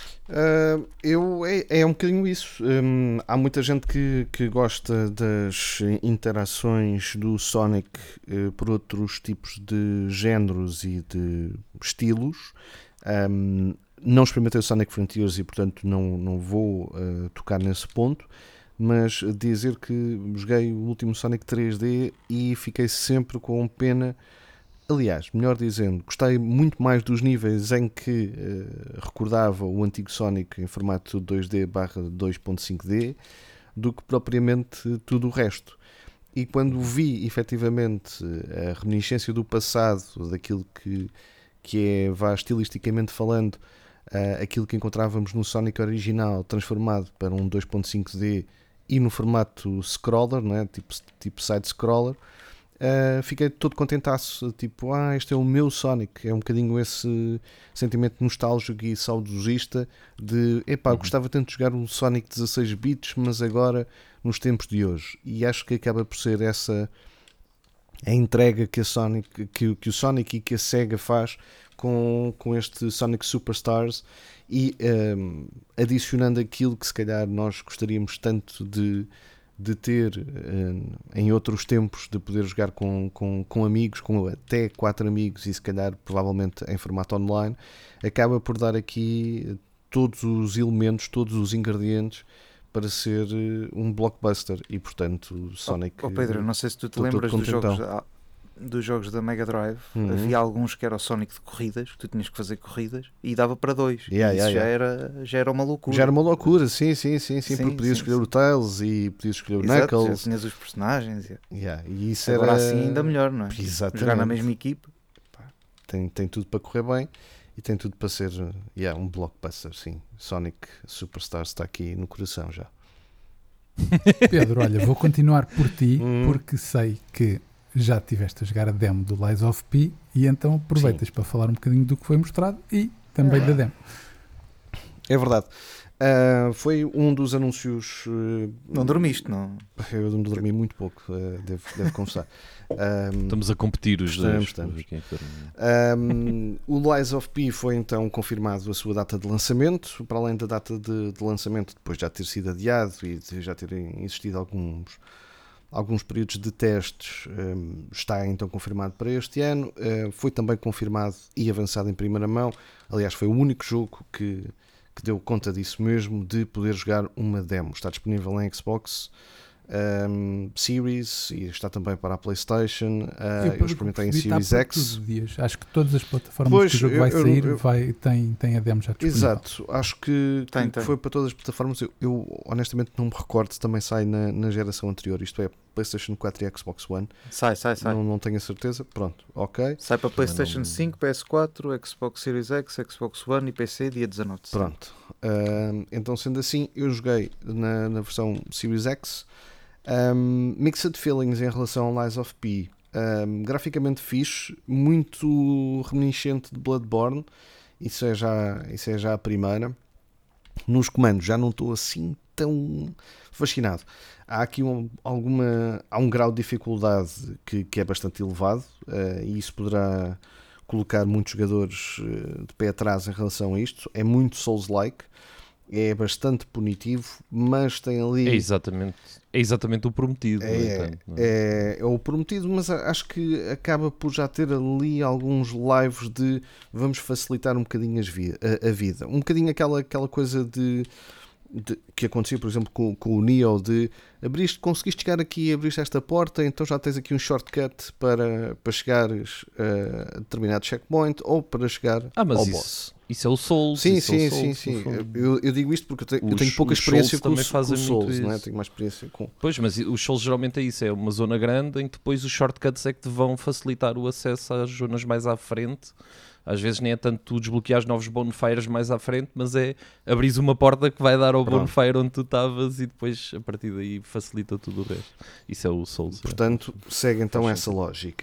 F: Uh, eu, é, é um bocadinho isso. Um, há muita gente que, que gosta das interações do Sonic uh, por outros tipos de géneros e de estilos. Um, não experimentei o Sonic Frontiers e portanto não, não vou uh, tocar nesse ponto, mas dizer que joguei o último Sonic três D e fiquei sempre com pena. Aliás, melhor dizendo, gostei muito mais dos níveis em que uh, recordava o antigo Sonic em formato dois D barra dois ponto cinco D do que propriamente tudo o resto. E quando vi efetivamente a reminiscência do passado, daquilo que, que é, vá estilisticamente falando, uh, aquilo que encontrávamos no Sonic original transformado para um dois ponto cinco D e no formato scroller, né, tipo, tipo side-scroller, Uh, fiquei todo contentaço, tipo, ah, este é o meu Sonic. É um bocadinho esse sentimento nostálgico e saudosista de, epá, eu gostava tanto de jogar um Sonic dezasseis bits, mas agora nos tempos de hoje. E acho que acaba por ser essa a entrega que, a Sonic, que, que o Sonic e que a Sega faz com, com este Sonic Superstars e um, adicionando aquilo que se calhar nós gostaríamos tanto de de ter uh, em outros tempos, de poder jogar com, com, com amigos, com até quatro amigos e se calhar provavelmente em formato online, acaba por dar aqui todos os elementos, todos os ingredientes para ser uh, um blockbuster e portanto Sonic...
G: Oh, oh Pedro, não sei se tu te lembras dos jogos, da, dos jogos da Mega Drive, uhum. Havia alguns que era o Sonic de corridas, que tu tinhas que fazer corridas e dava para dois.
F: Yeah,
G: e isso
F: yeah,
G: já,
F: yeah.
G: Era, já era uma loucura.
F: Já era uma loucura, sim, sim, sim, sim, sim porque podias
G: sim,
F: escolher
G: sim.
F: o Tails e podias escolher
G: Exato,
F: o Knuckles.
G: Já tinhas os personagens. Yeah.
F: Yeah, e isso
G: agora
F: era...
G: assim ainda melhor, não é?
F: Exatamente.
G: Jogar na mesma equipe.
F: Tem, tem tudo para correr bem e tem tudo para ser yeah, um blockbuster, sim. Sonic Superstars está aqui no coração já.
D: Pedro, olha, vou continuar por ti,
F: hum.
D: porque sei que já tiveste a jogar a demo do Lies of P e então aproveitas Sim. para falar um bocadinho do que foi mostrado e também é da demo.
F: É verdade. Uh, foi um dos anúncios... Uh,
G: não dormiste, não?
F: Eu não dormi muito pouco, uh, devo, devo confessar. Um,
E: estamos a competir os
F: estamos,
E: dois.
F: Estamos.
E: É
F: um, o Lies of P foi então confirmado a sua data de lançamento, para além da data de, de lançamento, depois de já ter sido adiado e de já terem existido alguns... alguns períodos de testes, um, está então confirmado para este ano. Uh, foi também confirmado e avançado em primeira mão. Aliás, foi o único jogo que, que deu conta disso mesmo, de poder jogar uma demo. Está disponível em Xbox um, Series e está também para a PlayStation. Uh, eu experimentei em Series X.
D: Dias. Acho que todas as plataformas
F: pois,
D: que o jogo
F: eu,
D: vai
F: eu,
D: sair
F: eu,
D: vai, tem, tem a demo já disponível.
F: Exato, acho que,
G: tem,
F: que
G: tem.
F: foi para todas as plataformas. Eu, eu honestamente não me recordo se também sai na, na geração anterior, isto é PlayStation quatro e Xbox One.
G: Sai, sai, sai.
F: Não, não tenho a certeza. Pronto, ok.
G: Sai para PlayStation
E: não...
G: cinco, P S quatro, Xbox Series X, Xbox One e P C dia dezanove de setembro.
F: Pronto. Uh, então, sendo assim, eu joguei na, na versão Series X. Um, mixed feelings em relação ao Lies of P. Um, graficamente fixe, muito reminiscente de Bloodborne. Isso é já, isso é já a primeira. Nos comandos já não estou assim tão fascinado. Há aqui um, alguma, há um grau de dificuldade que, que é bastante elevado, uh, e isso poderá colocar muitos jogadores uh, de pé atrás em relação a isto. É muito Souls-like, é bastante punitivo, mas tem ali...
E: É exatamente, é exatamente o prometido.
F: É,
E: entanto, não é?
F: É, é o prometido, mas acho que acaba por já ter ali alguns lives de vamos facilitar um bocadinho as vi- a, a vida. Um bocadinho aquela, aquela coisa de... De, que acontecia, por exemplo, com, com o Neo, de abriste, conseguiste chegar aqui, abriste esta porta, então já tens aqui um shortcut para, para chegares a determinado checkpoint ou para chegar
E: ah, mas
F: ao
E: isso,
F: boss.
E: Isso é o Souls.
F: Sim,
E: isso
F: sim,
E: é o Souls,
F: sim, sim. Eu, eu digo isto porque eu, te, os, eu tenho pouca experiência com, com o Souls, não é? Tenho mais experiência com...
E: Pois, mas os Souls geralmente é isso, é uma zona grande em que depois os shortcuts é que te vão facilitar o acesso às zonas mais à frente. Às vezes nem é tanto tu desbloquear novos bonfires mais à frente, mas é abrir uma porta que vai dar ao
F: Pronto.
E: bonfire onde tu estavas e depois a partir daí facilita tudo o resto. Isso é o Souls.
F: Portanto,
E: é.
F: segue então
E: Faz
F: essa lógica.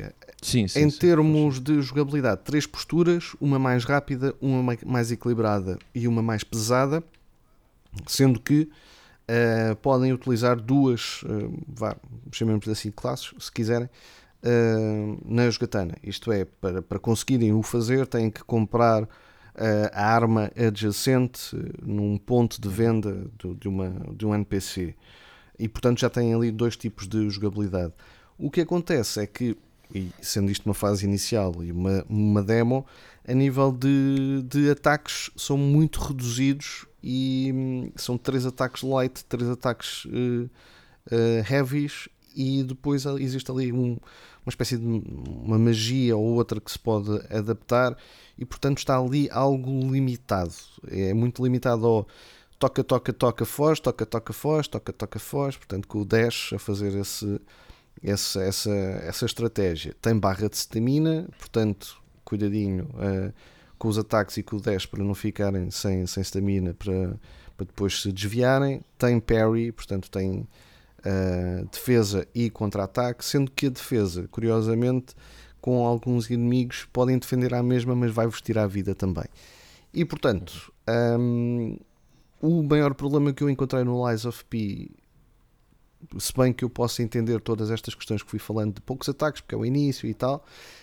E: Sim, sim,
F: em
E: sim,
F: termos de jogabilidade, três posturas, uma mais rápida, uma mais equilibrada e uma mais pesada, sendo que uh, podem utilizar duas, uh, vá, chamemos assim, classes, se quiserem, uh, na jogatana. Isto é, para, para conseguirem o fazer, têm que comprar uh, a arma adjacente num ponto de venda de, de, uma, de um N P C. E, portanto, já têm ali dois tipos de jogabilidade. O que acontece é que, e sendo isto uma fase inicial e uma, uma demo, a nível de, de ataques são muito reduzidos e hum, são três ataques light, três ataques uh, uh, heavies, e depois existe ali um, uma espécie de uma magia ou outra que se pode adaptar, e portanto está ali algo limitado. É muito limitado ao toca, toca, toca, foz, toca, toca, foz, toca, toca, foz, portanto com o dash a fazer esse... Essa, essa, essa estratégia. Tem barra de stamina, portanto, cuidadinho uh, com os ataques e com o dash para não ficarem sem, sem stamina para, para depois se desviarem. Tem parry, portanto, tem uh, defesa e contra-ataque, sendo que a defesa, curiosamente, com alguns inimigos, podem defender à mesma, mas vai-vos tirar a vida também. E, portanto, um, o maior problema que eu encontrei no Lies of P, se bem que eu posso entender todas estas questões que fui falando de poucos ataques, porque é o início e tal,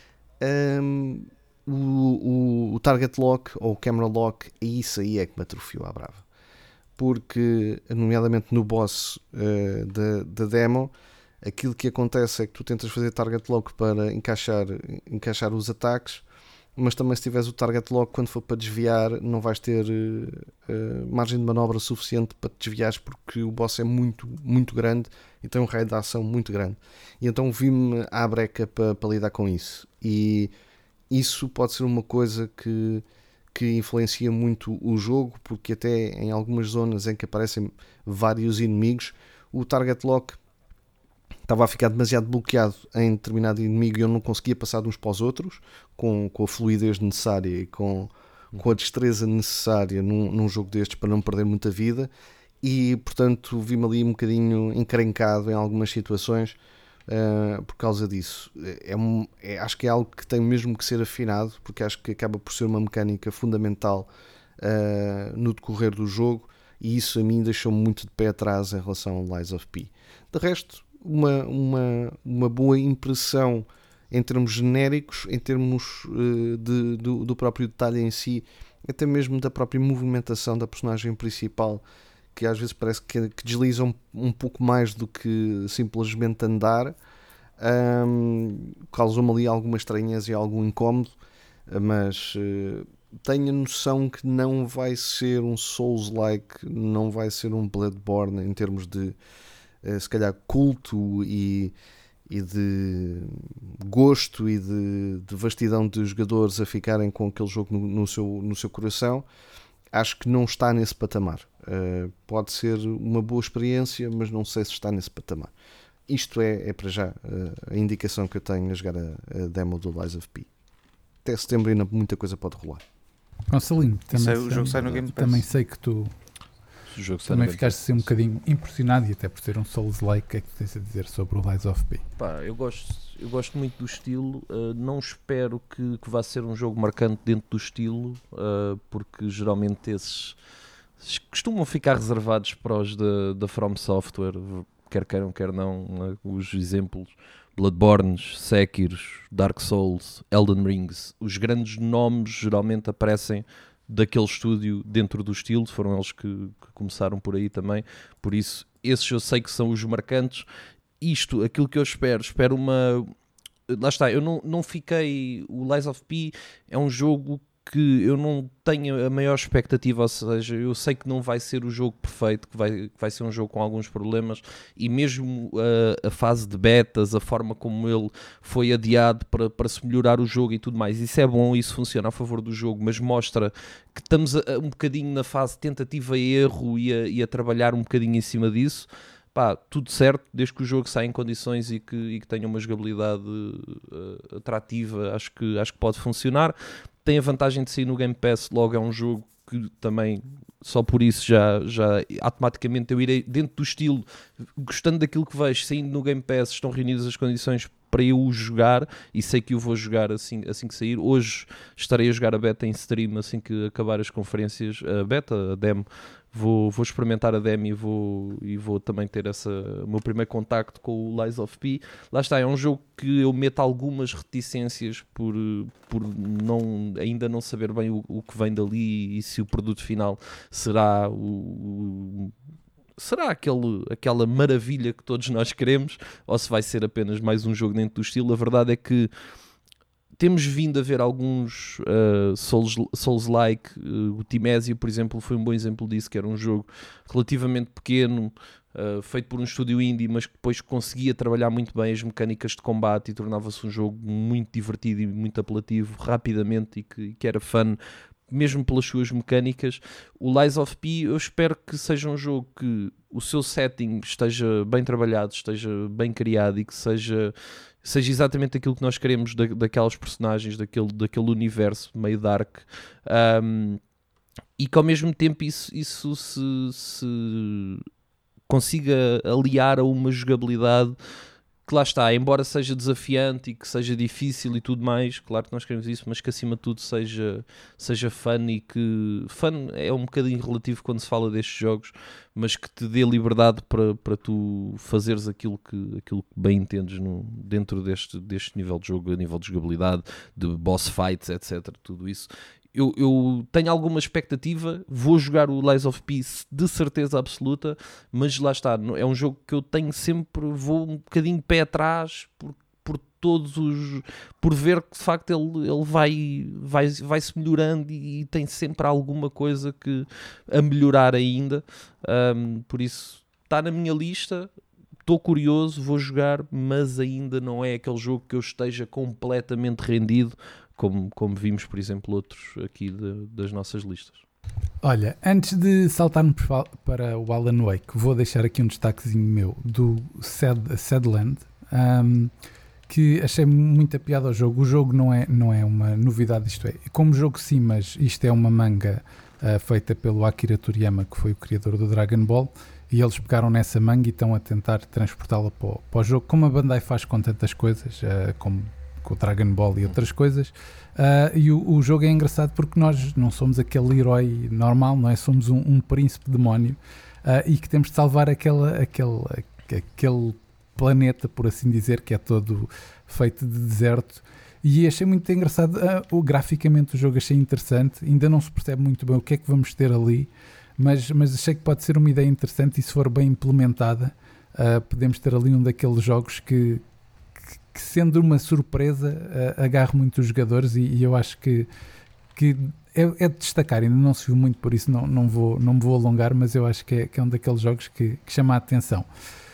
F: um, o, o, o target lock ou o camera lock, isso aí é que me atrofiou à brava. Porque, nomeadamente no boss uh, da, da demo, aquilo que acontece é que tu tentas fazer target lock para encaixar, encaixar os ataques, mas também se tiveres o target lock, quando for para desviar, não vais ter uh, margem de manobra suficiente para te desviares, porque o boss é muito, muito grande e tem um raio de ação muito grande. E então vi-me à breca para, para lidar com isso. E isso pode ser uma coisa que, que influencia muito o jogo, porque até em algumas zonas em que aparecem vários inimigos, o target lock estava a ficar demasiado bloqueado em determinado inimigo e eu não conseguia passar de uns para os outros com, com a fluidez necessária e com, com a destreza necessária num, num jogo destes para não perder muita vida, e portanto vi-me ali um bocadinho encrencado em algumas situações uh, por causa disso. É, é, acho que é algo que tem mesmo que ser afinado, porque acho que acaba por ser uma mecânica fundamental uh, no decorrer do jogo, e isso a mim deixou-me muito de pé atrás em relação ao Lies of P. De resto, Uma, uma, uma boa impressão em termos genéricos, em termos uh, de, do, do próprio detalhe em si, até mesmo da própria movimentação da personagem principal, que às vezes parece que, que desliza um, um pouco mais do que simplesmente andar. Um, causou-me ali alguma estranheza e algum incómodo, mas uh, tenho a noção que não vai ser um Souls-like, não vai ser um Bloodborne em termos de se calhar culto e, e de gosto e de, de vastidão de jogadores a ficarem com aquele jogo no, no, seu, no seu coração. Acho que não está nesse patamar. Uh, pode ser uma boa experiência, mas não sei se está nesse patamar. Isto é, é para já uh, a indicação que eu tenho a jogar a, a demo do Lies of P. Até setembro ainda muita coisa pode rolar.
D: Consalinho, também,
G: Sei,
D: sei,
G: o jogo sai no Game Pass.
D: Também sei que tu
E: O jogo
D: também ficaste assim um bocadinho impressionado, e até por ser um Souls-like, o que é que tens a dizer sobre o Lies of P?
E: Pá, eu gosto, eu gosto muito do estilo, uh, não espero que, que vá ser um jogo marcante dentro do estilo, uh, porque geralmente esses costumam ficar reservados para os da, da From Software, quer queiram, quer não, né? Os exemplos Bloodborne, Sekiro, Dark Souls, Elden Rings, os grandes nomes geralmente aparecem daquele estúdio dentro do estilo, foram eles que, que começaram por aí também, por isso esses eu sei que são os marcantes. Isto, aquilo que eu espero, espero uma... Lá está, eu não, não fiquei... O Lies of P é um jogo que eu não tenho a maior expectativa, ou seja, eu sei que não vai ser o jogo perfeito, que vai, que vai ser um jogo com alguns problemas, e mesmo a, a fase de betas, a forma como ele foi adiado para, para se melhorar o jogo e tudo mais, isso é bom, isso funciona a favor do jogo, mas mostra que estamos a, a um bocadinho na fase de tentativa e erro e a, e a trabalhar um bocadinho em cima disso. Pá, tudo certo, desde que o jogo saia em condições e que, e que tenha uma jogabilidade uh, atrativa, acho que, acho que pode funcionar. Tem a vantagem de sair no Game Pass, logo é um jogo que também, só por isso já, já automaticamente eu irei, dentro do estilo, gostando daquilo que vejo, saindo no Game Pass, estão reunidas as condições para eu o jogar, e sei que o vou jogar assim, assim que sair. Hoje estarei a jogar a beta em stream assim que acabar as conferências, a beta, a demo. Vou, vou experimentar a demo e vou, e vou também ter essa, o meu primeiro contacto com o Lies of P. Lá está, é um jogo que eu meto algumas reticências por, por não, ainda não saber bem o, o que vem dali e se o produto final será o, o será aquele, aquela maravilha que todos nós queremos, ou se vai ser apenas mais um jogo dentro do estilo. A verdade é que temos vindo a ver alguns uh, Souls, Souls-like, uh, o Timésio, por exemplo, foi um bom exemplo disso, que era um jogo relativamente pequeno, uh, feito por um estúdio indie, mas que depois conseguia trabalhar muito bem as mecânicas de combate e tornava-se um jogo muito divertido e muito apelativo rapidamente e que, que era fun, mesmo pelas suas mecânicas. O Lies of P, eu espero que seja um jogo que o seu setting esteja bem trabalhado, esteja bem criado e que seja... seja exatamente aquilo que nós queremos da, daquelas personagens, daquele, daquele universo meio dark, um, e que ao mesmo tempo isso, isso se, se consiga aliar a uma jogabilidade que lá está, embora seja desafiante e que seja difícil e tudo mais, claro que nós queremos isso, mas que acima de tudo seja, seja fun, e que fun é um bocadinho relativo quando se fala destes jogos, mas que te dê liberdade para, para tu fazeres aquilo que, aquilo que bem entendes no, dentro deste, deste nível de jogo, a nível de jogabilidade, de boss fights, etcétera. Tudo isso. Eu, eu tenho alguma expectativa, vou jogar o Lies of P de certeza absoluta, mas lá está, é um jogo que eu tenho sempre, vou um bocadinho pé atrás por, por todos os, por ver que de facto ele, ele vai, vai, vai se melhorando e, e tem sempre alguma coisa que, a melhorar ainda, um, por isso está na minha lista. Estou curioso, vou jogar, mas ainda não é aquele jogo que eu esteja completamente rendido, como, como vimos, por exemplo, outros aqui de, das nossas listas.
D: Olha, antes de saltarmos para o Alan Wake, vou deixar aqui um destaquezinho meu do Sad, Sadland, um, que achei muita piada ao jogo. O jogo não é, não é uma novidade, isto é, como jogo sim, mas isto é uma manga uh, feita pelo Akira Toriyama, que foi o criador do Dragon Ball, e eles pegaram nessa manga e estão a tentar transportá-la para o, para o jogo, como a Bandai faz com tantas coisas, uh, como com o Dragon Ball e outras coisas, uh, e o, o jogo é engraçado porque nós não somos aquele herói normal, não é? Somos um, um príncipe demónio, uh, e que temos de salvar aquela, aquele, aquele planeta, por assim dizer, que é todo feito de deserto, e achei muito engraçado, uh, o, graficamente o jogo achei interessante, ainda não se percebe muito bem o que é que vamos ter ali, mas, mas achei que pode ser uma ideia interessante, e se for bem implementada, uh, podemos ter ali um daqueles jogos que que sendo uma surpresa uh, agarre muito os jogadores, e, e eu acho que, que é, é de destacar. Ainda não se viu muito, por isso não, não, vou, não me vou alongar, mas eu acho que é, que é um daqueles jogos que, que chama a atenção.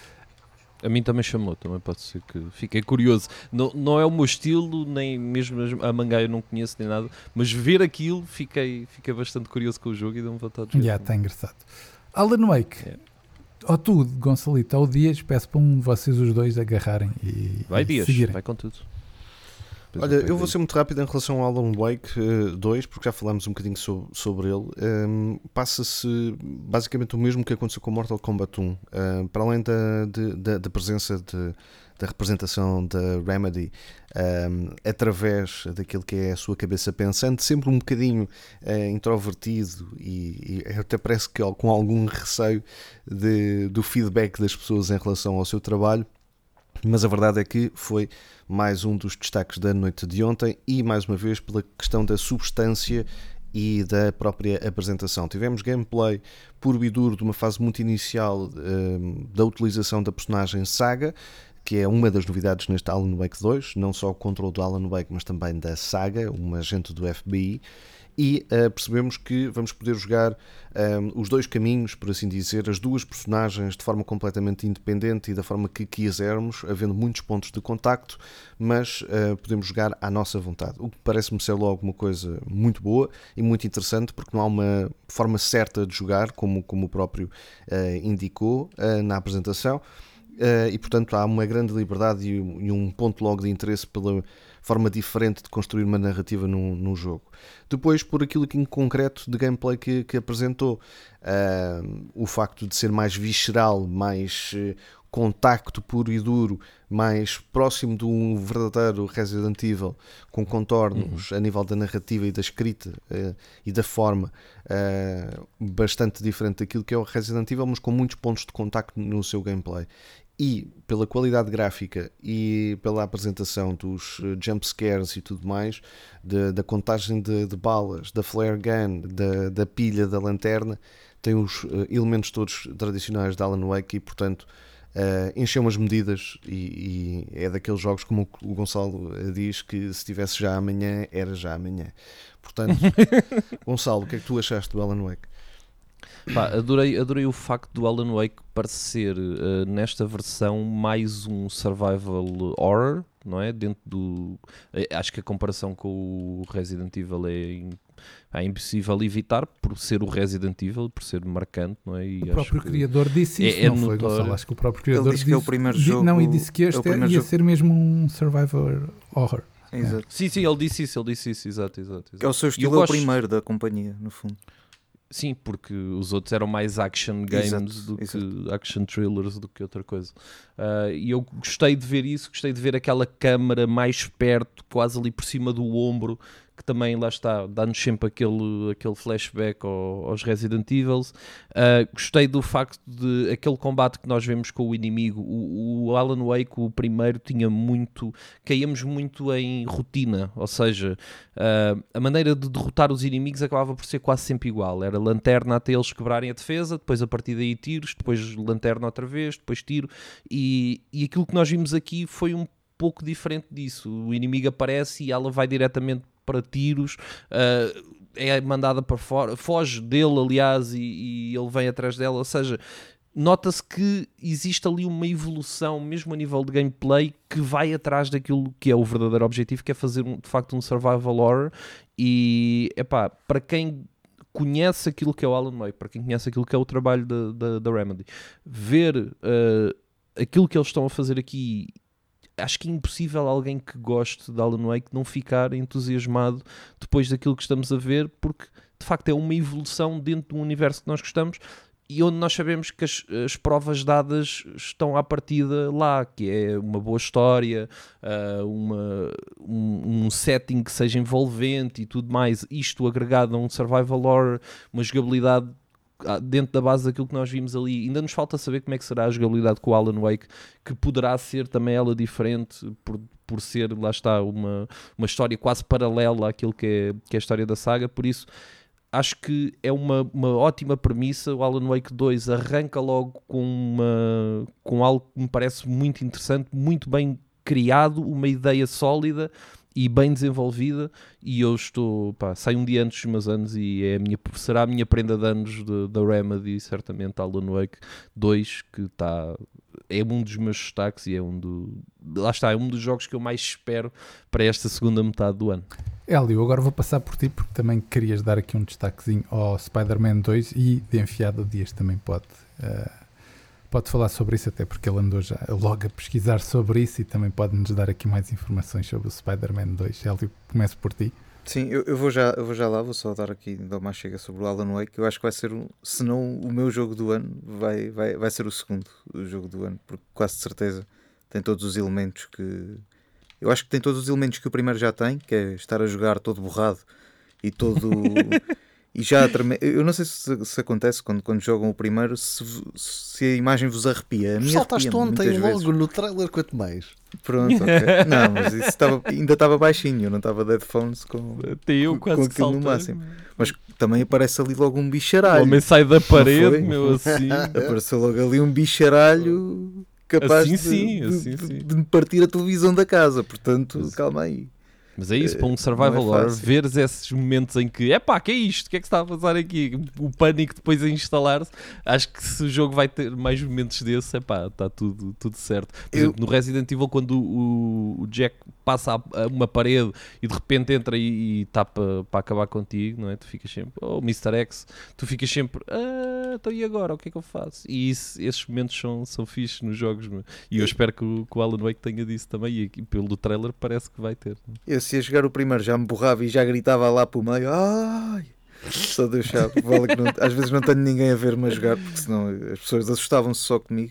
E: A mim também chamou, também pode ser que fiquei curioso. Não, não é o meu estilo, nem mesmo a mangá eu não conheço nem nada, mas ver aquilo fiquei, fiquei bastante curioso com o jogo e deu-me vontade de ver.
D: Já, está engraçado. Alan Wake. É. Ou tu, Gonçalito, ou o Dias, peço para um de vocês os dois agarrarem e,
E: vai,
D: e
E: Dias,
D: seguirem.
E: Vai com tudo.
F: Olha, eu vou ser muito rápido em relação ao Alan Wake dois, porque já falámos um bocadinho sobre, sobre ele. Um, passa-se basicamente o mesmo que aconteceu com Mortal Kombat um. Um, para além da, de, da, da presença de, da representação da Remedy, um, através daquilo que é a sua cabeça pensante, sempre um bocadinho uh, introvertido e, e até parece que com algum receio de, do feedback das pessoas em relação ao seu trabalho. Mas a verdade é que foi mais um dos destaques da noite de ontem, e mais uma vez pela questão da substância e da própria apresentação. Tivemos gameplay puro e duro de uma fase muito inicial um, da utilização da personagem Saga, que é uma das novidades neste Alan Wake dois, não só o controle do Alan Wake, mas também da Saga, uma agente do F B I, e uh, percebemos que vamos poder jogar um, os dois caminhos, por assim dizer, as duas personagens de forma completamente independente e da forma que quisermos, havendo muitos pontos de contacto, mas uh, podemos jogar à nossa vontade, o que parece-me ser logo uma coisa muito boa e muito interessante, porque não há uma forma certa de jogar, como, como o próprio uh, indicou uh, na apresentação. Uh, e portanto há uma grande liberdade e, e um ponto logo de interesse pela forma diferente de construir uma narrativa no, no jogo. Depois, por aquilo que em concreto de gameplay que, que apresentou, uh, o facto de ser mais visceral, mais uh, contacto puro e duro, mais próximo de um verdadeiro Resident Evil, com contornos uhum. a nível da narrativa e da escrita uh, e da forma uh, bastante diferente daquilo que é o Resident Evil, mas com muitos pontos de contacto no seu gameplay. E pela qualidade gráfica e pela apresentação dos uh, jump scares e tudo mais, de, da contagem de, de balas, da flare gun, da, da pilha da lanterna, tem os uh, elementos todos tradicionais de Alan Wake e, portanto, uh, encheu umas medidas e, e é daqueles jogos, como o Gonçalo diz, que se tivesse já amanhã, era já amanhã. Portanto, Gonçalo, o que é que tu achaste do Alan Wake?
E: Pá, adorei, adorei o facto do Alan Wake parecer uh, nesta versão mais um survival horror, não é? Dentro do... Acho que a comparação com o Resident Evil é, in, é impossível evitar por ser o Resident Evil, por ser marcante, não é? E
D: o próprio criador disse isso,
E: é, é
D: não foi, Gonçalo? Acho que o próprio criador
G: Ele disse que é o primeiro jogo...
D: Não, e disse que este
G: é
D: ia
G: jogo...
D: ser mesmo um survival horror.
G: Exato.
E: É. Sim, sim, ele disse isso, ele disse isso, exato, exato. exato.
G: É o seu estilo,
E: gosto...
G: é o primeiro da companhia, no fundo.
E: Sim, porque os outros eram mais action games
G: exato,
E: do
G: exato.
E: que action thrillers do que outra coisa. Uh, e eu gostei de ver isso, gostei de ver aquela câmara mais perto, quase ali por cima do ombro, que também lá está, dá-nos sempre aquele, aquele flashback ao, aos Resident Evils. Uh, gostei do facto de aquele combate que nós vemos com o inimigo. O, o Alan Wake, o primeiro, tinha muito, caíamos muito em rotina, ou seja, uh, a maneira de derrotar os inimigos acabava por ser quase sempre igual. Era lanterna até eles quebrarem a defesa, depois a partir daí tiros, depois lanterna outra vez, depois tiro, e, e aquilo que nós vimos aqui foi um pouco diferente disso. O inimigo aparece e ela vai diretamente para tiros, uh, é mandada para fora, foge dele, aliás, e, e ele vem atrás dela, ou seja, nota-se que existe ali uma evolução, mesmo a nível de gameplay, que vai atrás daquilo que é o verdadeiro objetivo, que é fazer um, de facto um survival horror. E, epá, para quem conhece aquilo que é o Alan Wake, para quem conhece aquilo que é o trabalho da, da, da Remedy, ver uh, aquilo que eles estão a fazer aqui, acho que é impossível alguém que goste de Alan Wake não ficar entusiasmado depois daquilo que estamos a ver, porque de facto é uma evolução dentro do universo que nós gostamos e onde nós sabemos que as, as provas dadas estão à partida lá, que é uma boa história, uh, uma, um, um setting que seja envolvente e tudo mais, isto agregado a um survival horror, uma jogabilidade dentro da base daquilo que nós vimos ali. Ainda nos falta saber como é que será a jogabilidade com o Alan Wake, que poderá ser também ela diferente por, por ser, lá está, uma, uma história quase paralela àquilo que é, que é a história da saga. Por isso acho que é uma, uma ótima premissa. O Alan Wake dois arranca logo com, uma, com algo que me parece muito interessante, muito bem criado, uma ideia sólida e bem desenvolvida, e eu estou, pá, saio um dia antes dos meus anos e é a minha, será a minha prenda de anos da Remedy, certamente Alan Wake dois, que está, é um dos meus destaques e é um do, lá está, é um dos jogos que eu mais espero para esta segunda metade do ano.
D: Hélio, agora vou passar por ti porque também querias dar aqui um destaquezinho ao Spider-Man dois e de enfiada Dias também pode... Uh... Pode falar sobre isso, até porque ele andou já logo a pesquisar sobre isso e também pode-nos dar aqui mais informações sobre o Spider-Man dois. Hélio, começo por ti.
G: Sim, eu, eu, vou já, eu vou já lá, vou só dar aqui dar uma chega sobre o Alan Wake. Eu acho que vai ser, um, se não o meu jogo do ano, vai, vai, vai ser o segundo o jogo do ano, porque quase de certeza tem todos os elementos que... Eu acho que tem todos os elementos que o primeiro já tem, que é estar a jogar todo borrado e todo... E já treme... Eu não sei se, se acontece quando, quando jogam o primeiro, se, se a imagem vos arrepia. A minha
F: saltaste ontem logo
G: vezes.
F: No trailer, quanto mais.
G: Pronto, ok. Não, mas isso estava, ainda estava baixinho, eu não estava de headphones com,
E: eu
G: com, com aquilo no máximo. Mas também aparece ali logo um bicharalho.
E: O homem sai da parede, meu, assim.
G: Apareceu logo ali um bicharalho capaz
E: assim,
G: de,
E: sim,
G: de,
E: assim,
G: de,
E: sim.
G: de me partir a televisão da casa. Portanto, mas, calma aí.
E: Mas é isso, para um survival horror, é veres esses momentos em que, epá, que é isto? O que é que está a passar aqui? O pânico depois a instalar-se. Acho que se o jogo vai ter mais momentos desses, epá, está tudo, tudo certo. Por
G: Eu...
E: exemplo, no Resident Evil, quando o, o Jack passa a, a uma parede e de repente entra e está para, para acabar contigo, não é? Tu ficas sempre, oh, mister X, tu ficas sempre, ah, então e agora? O que é que eu faço? E isso, esses momentos são, são fixes nos jogos, meu. E eu, eu espero que o, que o Alan Wake tenha disso também, e pelo trailer parece que vai ter.
G: Eu, se ia jogar o primeiro, já me borrava e já gritava lá para o meio, ai, só deixava. Vale que não, às vezes não tenho ninguém a ver-me a jogar, porque senão as pessoas assustavam-se só comigo.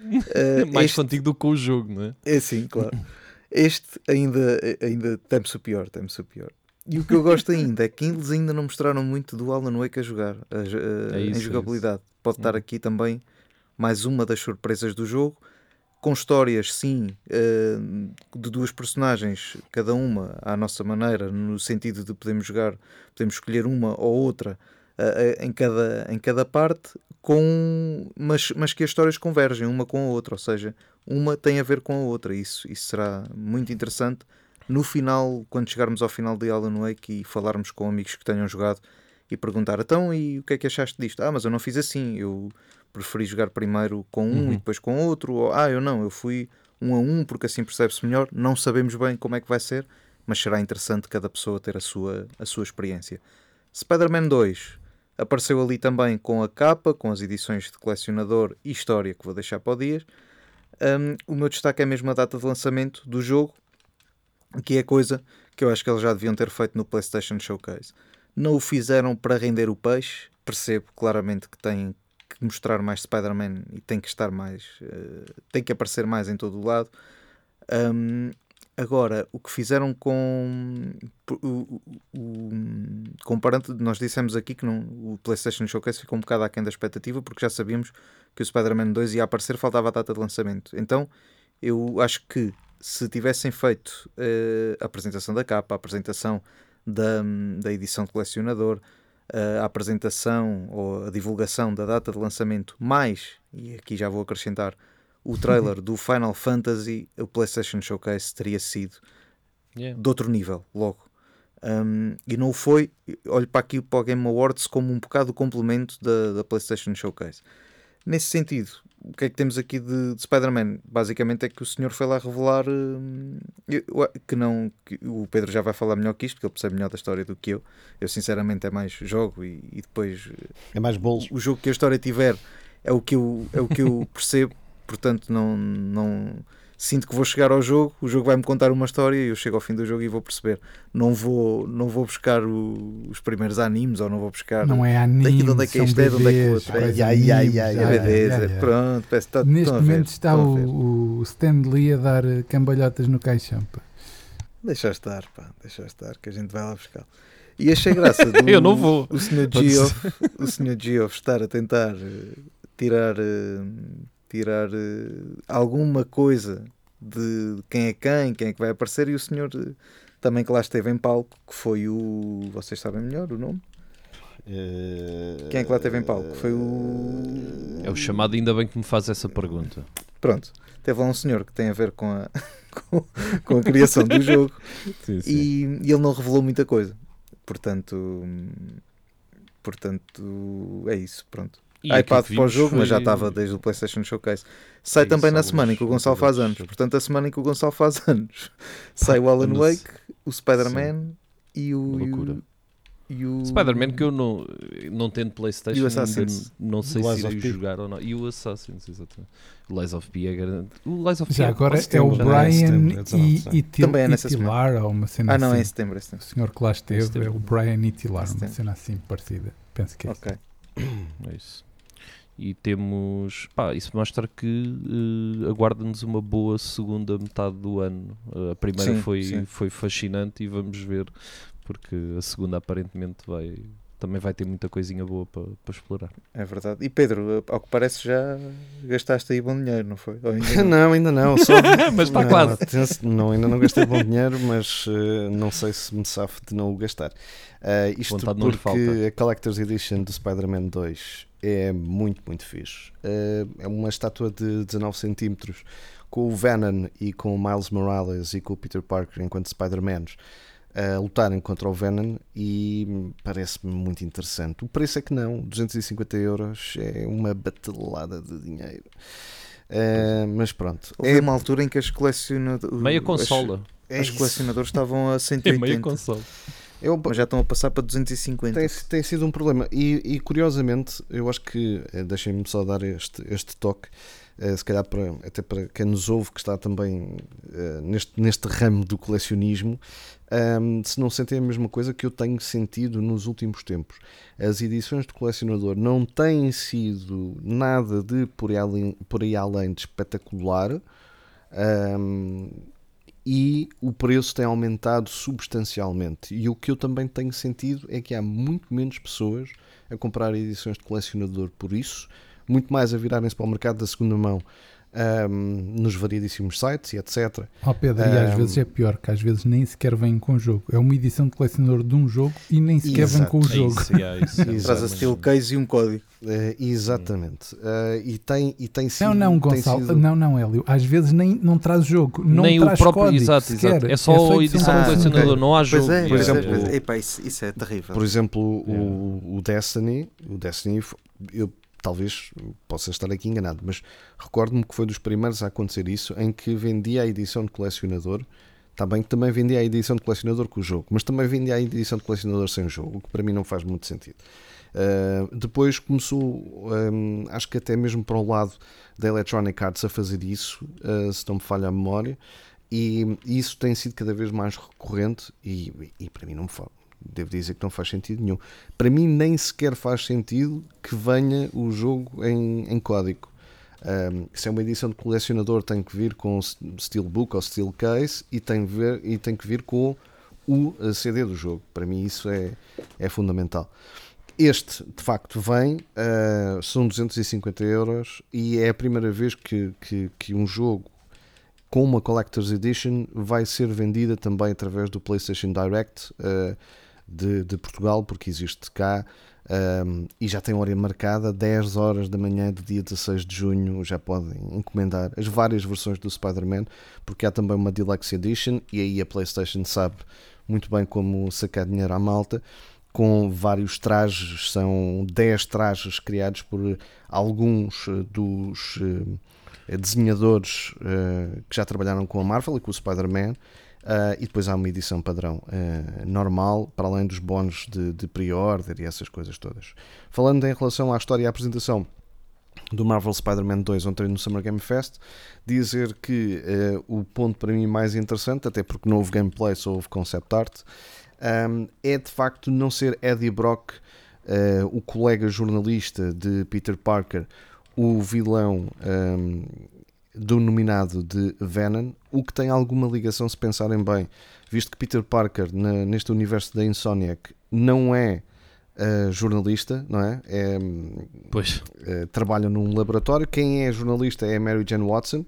G: Uh,
E: Mais
G: este,
E: contigo do que com o jogo, não é?
G: É sim, claro. Este ainda, ainda tem-se o pior, tem-se o pior. E o que eu gosto ainda é que eles ainda não mostraram muito do Alan Wake a jogar, a, a,
E: É isso,
G: em jogabilidade.
E: é
G: Pode estar
E: Uhum.
G: aqui também mais uma das surpresas do jogo, com histórias, sim, uh, de duas personagens, cada uma à nossa maneira, no sentido de podermos jogar, podemos escolher uma ou outra uh, em, cada, em cada parte, com, mas, mas que as histórias convergem uma com a outra, ou seja, uma tem a ver com a outra. Isso, isso será muito interessante no final, quando chegarmos ao final de Alan Wake e falarmos com amigos que tenham jogado e perguntar, então, e o que é que achaste disto? Ah, mas eu não fiz assim, eu preferi jogar primeiro com um
E: Uhum.
G: e depois com outro, ou ah, eu não, eu fui um a um porque assim percebe-se melhor. Não sabemos bem como é que vai ser, mas será interessante cada pessoa ter a sua, a sua experiência. Spider-Man dois apareceu ali também com a capa, com as edições de colecionador e história, que vou deixar para o Dias. Um, o meu destaque é mesmo a data de lançamento do jogo, que é coisa que eu acho que eles já deviam ter feito no PlayStation Showcase. Não o fizeram para render o peixe, percebo claramente que têm que mostrar mais Spider-Man e tem que estar mais, uh, tem que aparecer mais em todo o lado. Um, agora, o que fizeram com o, o, o, comparando, nós dissemos aqui que não, o PlayStation Showcase ficou um bocado aquém da expectativa, porque já sabíamos que o Spider-Man dois ia aparecer, faltava a data de lançamento. Então, eu acho que se tivessem feito uh, a apresentação da capa, a apresentação da, da edição de colecionador, uh, a apresentação ou a divulgação da data de lançamento, mais, e aqui já vou acrescentar, o trailer do Final Fantasy, o PlayStation Showcase teria sido
E: Yeah.
G: de outro nível, logo. Um, e não o foi. Olho para aqui para o Game Awards como um bocado o complemento da, da PlayStation Showcase. Nesse sentido, o que é que temos aqui de, de Spider-Man? Basicamente é que o senhor foi lá revelar hum, eu, que não, que o Pedro já vai falar melhor que isto, porque ele percebe melhor da história do que eu. Eu sinceramente é mais jogo e, e depois
C: É mais bolos.
G: o jogo que a história tiver é o que eu, é o que eu percebo, portanto não, não sinto que vou chegar ao jogo, o jogo vai-me contar uma história e eu chego ao fim do jogo e vou perceber. Não vou, não vou buscar o, os primeiros animes, ou não vou buscar
D: Não é anime,
G: daqui de onde é que é
D: são
G: isto, é de onde é que é o
D: bebês,
G: outro.
D: coisa
C: Ai, ai,
D: animes,
C: ai,
G: É
C: ai,
G: B Ds,
C: ai,
G: é,
C: ai.
G: pronto, parece, tá,
D: Neste
G: estão a ver,
D: momento está
G: estão a ver.
D: o, o Stan Lee a dar eh, cambalhotas no caixão. Pá.
G: Deixa estar, pá, deixa estar, que a gente vai lá buscar. E achei graça do,
E: Eu não vou.
G: o senhor Geoff, o senhor Geoff estar a tentar uh, tirar, uh, tirar uh, alguma coisa de quem é quem, quem é que vai aparecer, e o senhor uh, também que lá esteve em palco, que foi o... Vocês sabem melhor o nome?
C: Eh,
G: Quem é que lá esteve em palco? Foi o...
E: É o chamado, ainda bem que me faz essa pergunta.
G: Pronto, teve lá um senhor que tem a ver com a, com, com a criação do jogo.
E: Sim,
G: E, e ele não revelou muita coisa, portanto hum, portanto é isso, pronto.
E: E aquilo
G: iPad
E: que
G: para o
E: vimos
G: jogo, mas
E: foi-
G: já estava desde o PlayStation Showcase. Sai
E: É
G: também
E: isso,
G: na semana em que o
E: algumas
G: Gonçalo faz
E: novidades.
G: anos, portanto a semana em que o Gonçalo faz anos sai o Alan
E: Não
G: Wake,
E: sei.
G: o Spider-Man e o, e
E: Loucura.
G: o, e o
E: Spider-Man, que eu não, não tendo PlayStation,
G: E o
E: ainda
G: Assassin's?
E: não sei
C: Lies
E: se
C: of
E: irei
C: P.
E: jogar ou não. E o Assassin's, exatamente. O Lies of P é grande. O Lies of P
D: Já
E: é
D: agora é o
C: setembro, já não é
D: Brian
C: setembro, é dezenove,
D: e,
C: dezenove.
D: e, Til,
G: Também é
D: e
G: nessa
D: Tilar, ou uma cena
G: Ah não, é em
D: assim.
G: setembro, é em
D: O
G: setembro.
D: senhor que lá esteve é
E: setembro.
D: o Brian e Tilar,
G: Em
D: uma
G: setembro.
D: cena assim parecida. Penso que é isso.
G: Ok.
E: É isso. E temos. Pá, isso mostra que uh, aguarda-nos uma boa segunda metade do ano. Uh, a primeira
G: Sim,
E: foi,
G: sim.
E: foi fascinante e vamos ver, porque a segunda aparentemente vai. Também vai ter muita coisinha boa para para explorar.
G: É verdade. E Pedro, ao que parece já gastaste aí bom dinheiro, não foi? Ou ainda não?
C: Não, ainda não. Só...
E: Mas está
C: não,
E: quase.
C: atenção, não, ainda não gastei bom dinheiro, mas uh, não sei se me safo de não o gastar. Uh, isto
E: Vontade não lhe
C: porque
E: falta.
C: a Collector's Edition do Spider-Man dois é muito, muito fixe. Uh, é uma estátua de dezanove centímetros com o Venom e com o Miles Morales e com o Peter Parker enquanto Spider-Mans a lutarem contra o Venom, e parece-me muito interessante. O preço é que não, duzentos e cinquenta euros é uma batelada de dinheiro. Uh, mas pronto,
G: Houve uma altura em que as colecionadoras...
E: Meia consola.
C: é
G: As
C: isso.
G: colecionadores estavam a cento e
E: É meia
G: oitenta,
E: consola.
C: Eu,
G: mas já estão a passar para duzentos e cinquenta.
C: tem, tem sido um problema, e, e curiosamente, eu acho que, eh, deixem-me só dar este, este toque, uh, se calhar para, até para quem nos ouve que está também uh, neste, neste ramo do colecionismo, um, se não sentem a mesma coisa que eu tenho sentido nos últimos tempos. As edições de colecionador não têm sido nada de por aí além, por aí além de espetacular, um, e o preço tem aumentado substancialmente. E o que eu também tenho sentido é que há muito menos pessoas a comprar edições de colecionador por isso, muito mais a virarem-se para o mercado da segunda mão, um, nos variedíssimos sites e etcétera.
D: Oh Pedro, um, e às vezes é pior, que às vezes nem sequer vem com o jogo. É uma edição de colecionador de um jogo e nem sequer
C: Exato.
D: vem com o jogo.
E: É isso, é isso, é
G: Traz a steel case e um código.
C: Uh, exatamente. Uh, e, tem, e tem sido...
D: Não, não, Gonçalo.
C: Sido...
D: Não, não, Hélio. Às vezes nem não traz jogo. Não
E: nem
D: traz
E: o próprio,
D: código
E: exato,
D: sequer.
E: exato. É só
D: é
E: a edição de colecionador, okay. Não há jogo.
G: Pois é,
C: por
G: pois
C: exemplo,
G: é, pois é. Epá, isso, isso é terrível.
C: Por exemplo, o, o Destiny, o Destiny, eu talvez possa estar aqui enganado, mas recordo-me que foi dos primeiros a acontecer isso, em que vendia a edição de colecionador. Está bem que também vendia a edição de colecionador com o jogo, mas também vendia a edição de colecionador sem o jogo, o que para mim não faz muito sentido. Uh, depois começou, um, acho que até mesmo para o lado da Electronic Arts a fazer isso, uh, se não me falha a memória, e, e isso tem sido cada vez mais recorrente e, e para mim não me fala. Devo dizer que não faz sentido nenhum. Para mim nem sequer faz sentido que venha o jogo em, em código. Um, se é uma edição de colecionador, tem que vir com steelbook ou steel case e tem, ver, e tem que vir com o C D do jogo. Para mim isso é, é fundamental. Este de facto vem, uh, são duzentos e cinquenta euros e é a primeira vez que, que, que um jogo com uma Collector's Edition vai ser vendida também através do PlayStation Direct uh, de, de Portugal, porque existe cá, um, e já tem hora marcada, dez horas da manhã do dia dezasseis de junho, já podem encomendar as várias versões do Spider-Man, porque há também uma Deluxe Edition, e aí a PlayStation sabe muito bem como sacar dinheiro à malta, com vários trajes, são dez trajes criados por alguns dos uh, desenhadores uh, que já trabalharam com a Marvel e com o Spider-Man. Uh, e depois há uma edição padrão uh, normal, para além dos bónus de, de pre-order e essas coisas todas. Falando em relação à história e à apresentação do Marvel Spider-Man dois ontem no Summer Game Fest, dizer que uh, o ponto para mim mais interessante, até porque não houve gameplay, só houve concept art, um, é de facto não ser Eddie Brock, uh, o colega jornalista de Peter Parker, o vilão um, do nominado de Venom, o que tem alguma ligação, se pensarem bem, visto que Peter Parker na, neste universo da Insomniac não é uh, jornalista, não é? é
E: pois.
C: Uh, trabalha num laboratório. Quem é jornalista é a Mary Jane Watson.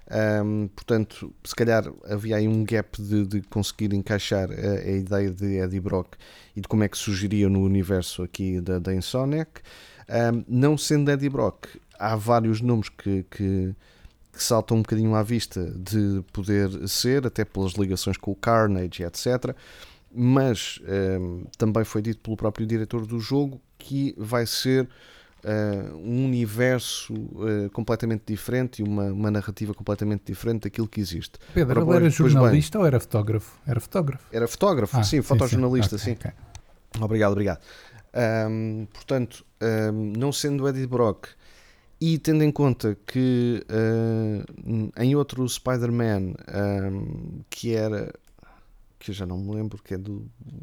C: Um, portanto, se calhar havia aí um gap de, de conseguir encaixar a, a ideia de Eddie Brock e de como é que surgiria no universo aqui da, da Insomniac. Um, não sendo Eddie Brock, há vários nomes que, que que saltam um bocadinho à vista de poder ser, até pelas ligações com o Carnage, etcétera. Mas um, também foi dito pelo próprio diretor do jogo que vai ser uh, um universo uh, completamente diferente e uma, uma narrativa completamente diferente daquilo que existe.
D: Pedro, ele era jornalista bem, ou era fotógrafo? Era fotógrafo?
C: Era fotógrafo,
D: ah,
C: sim,
D: sim,
C: fotojornalista, sim.
D: Okay,
C: okay. Obrigado, obrigado. Um, portanto, um, não sendo Eddie Brock, e tendo em conta que uh, em outro Spider-Man um, que era, que eu já não me lembro, que é do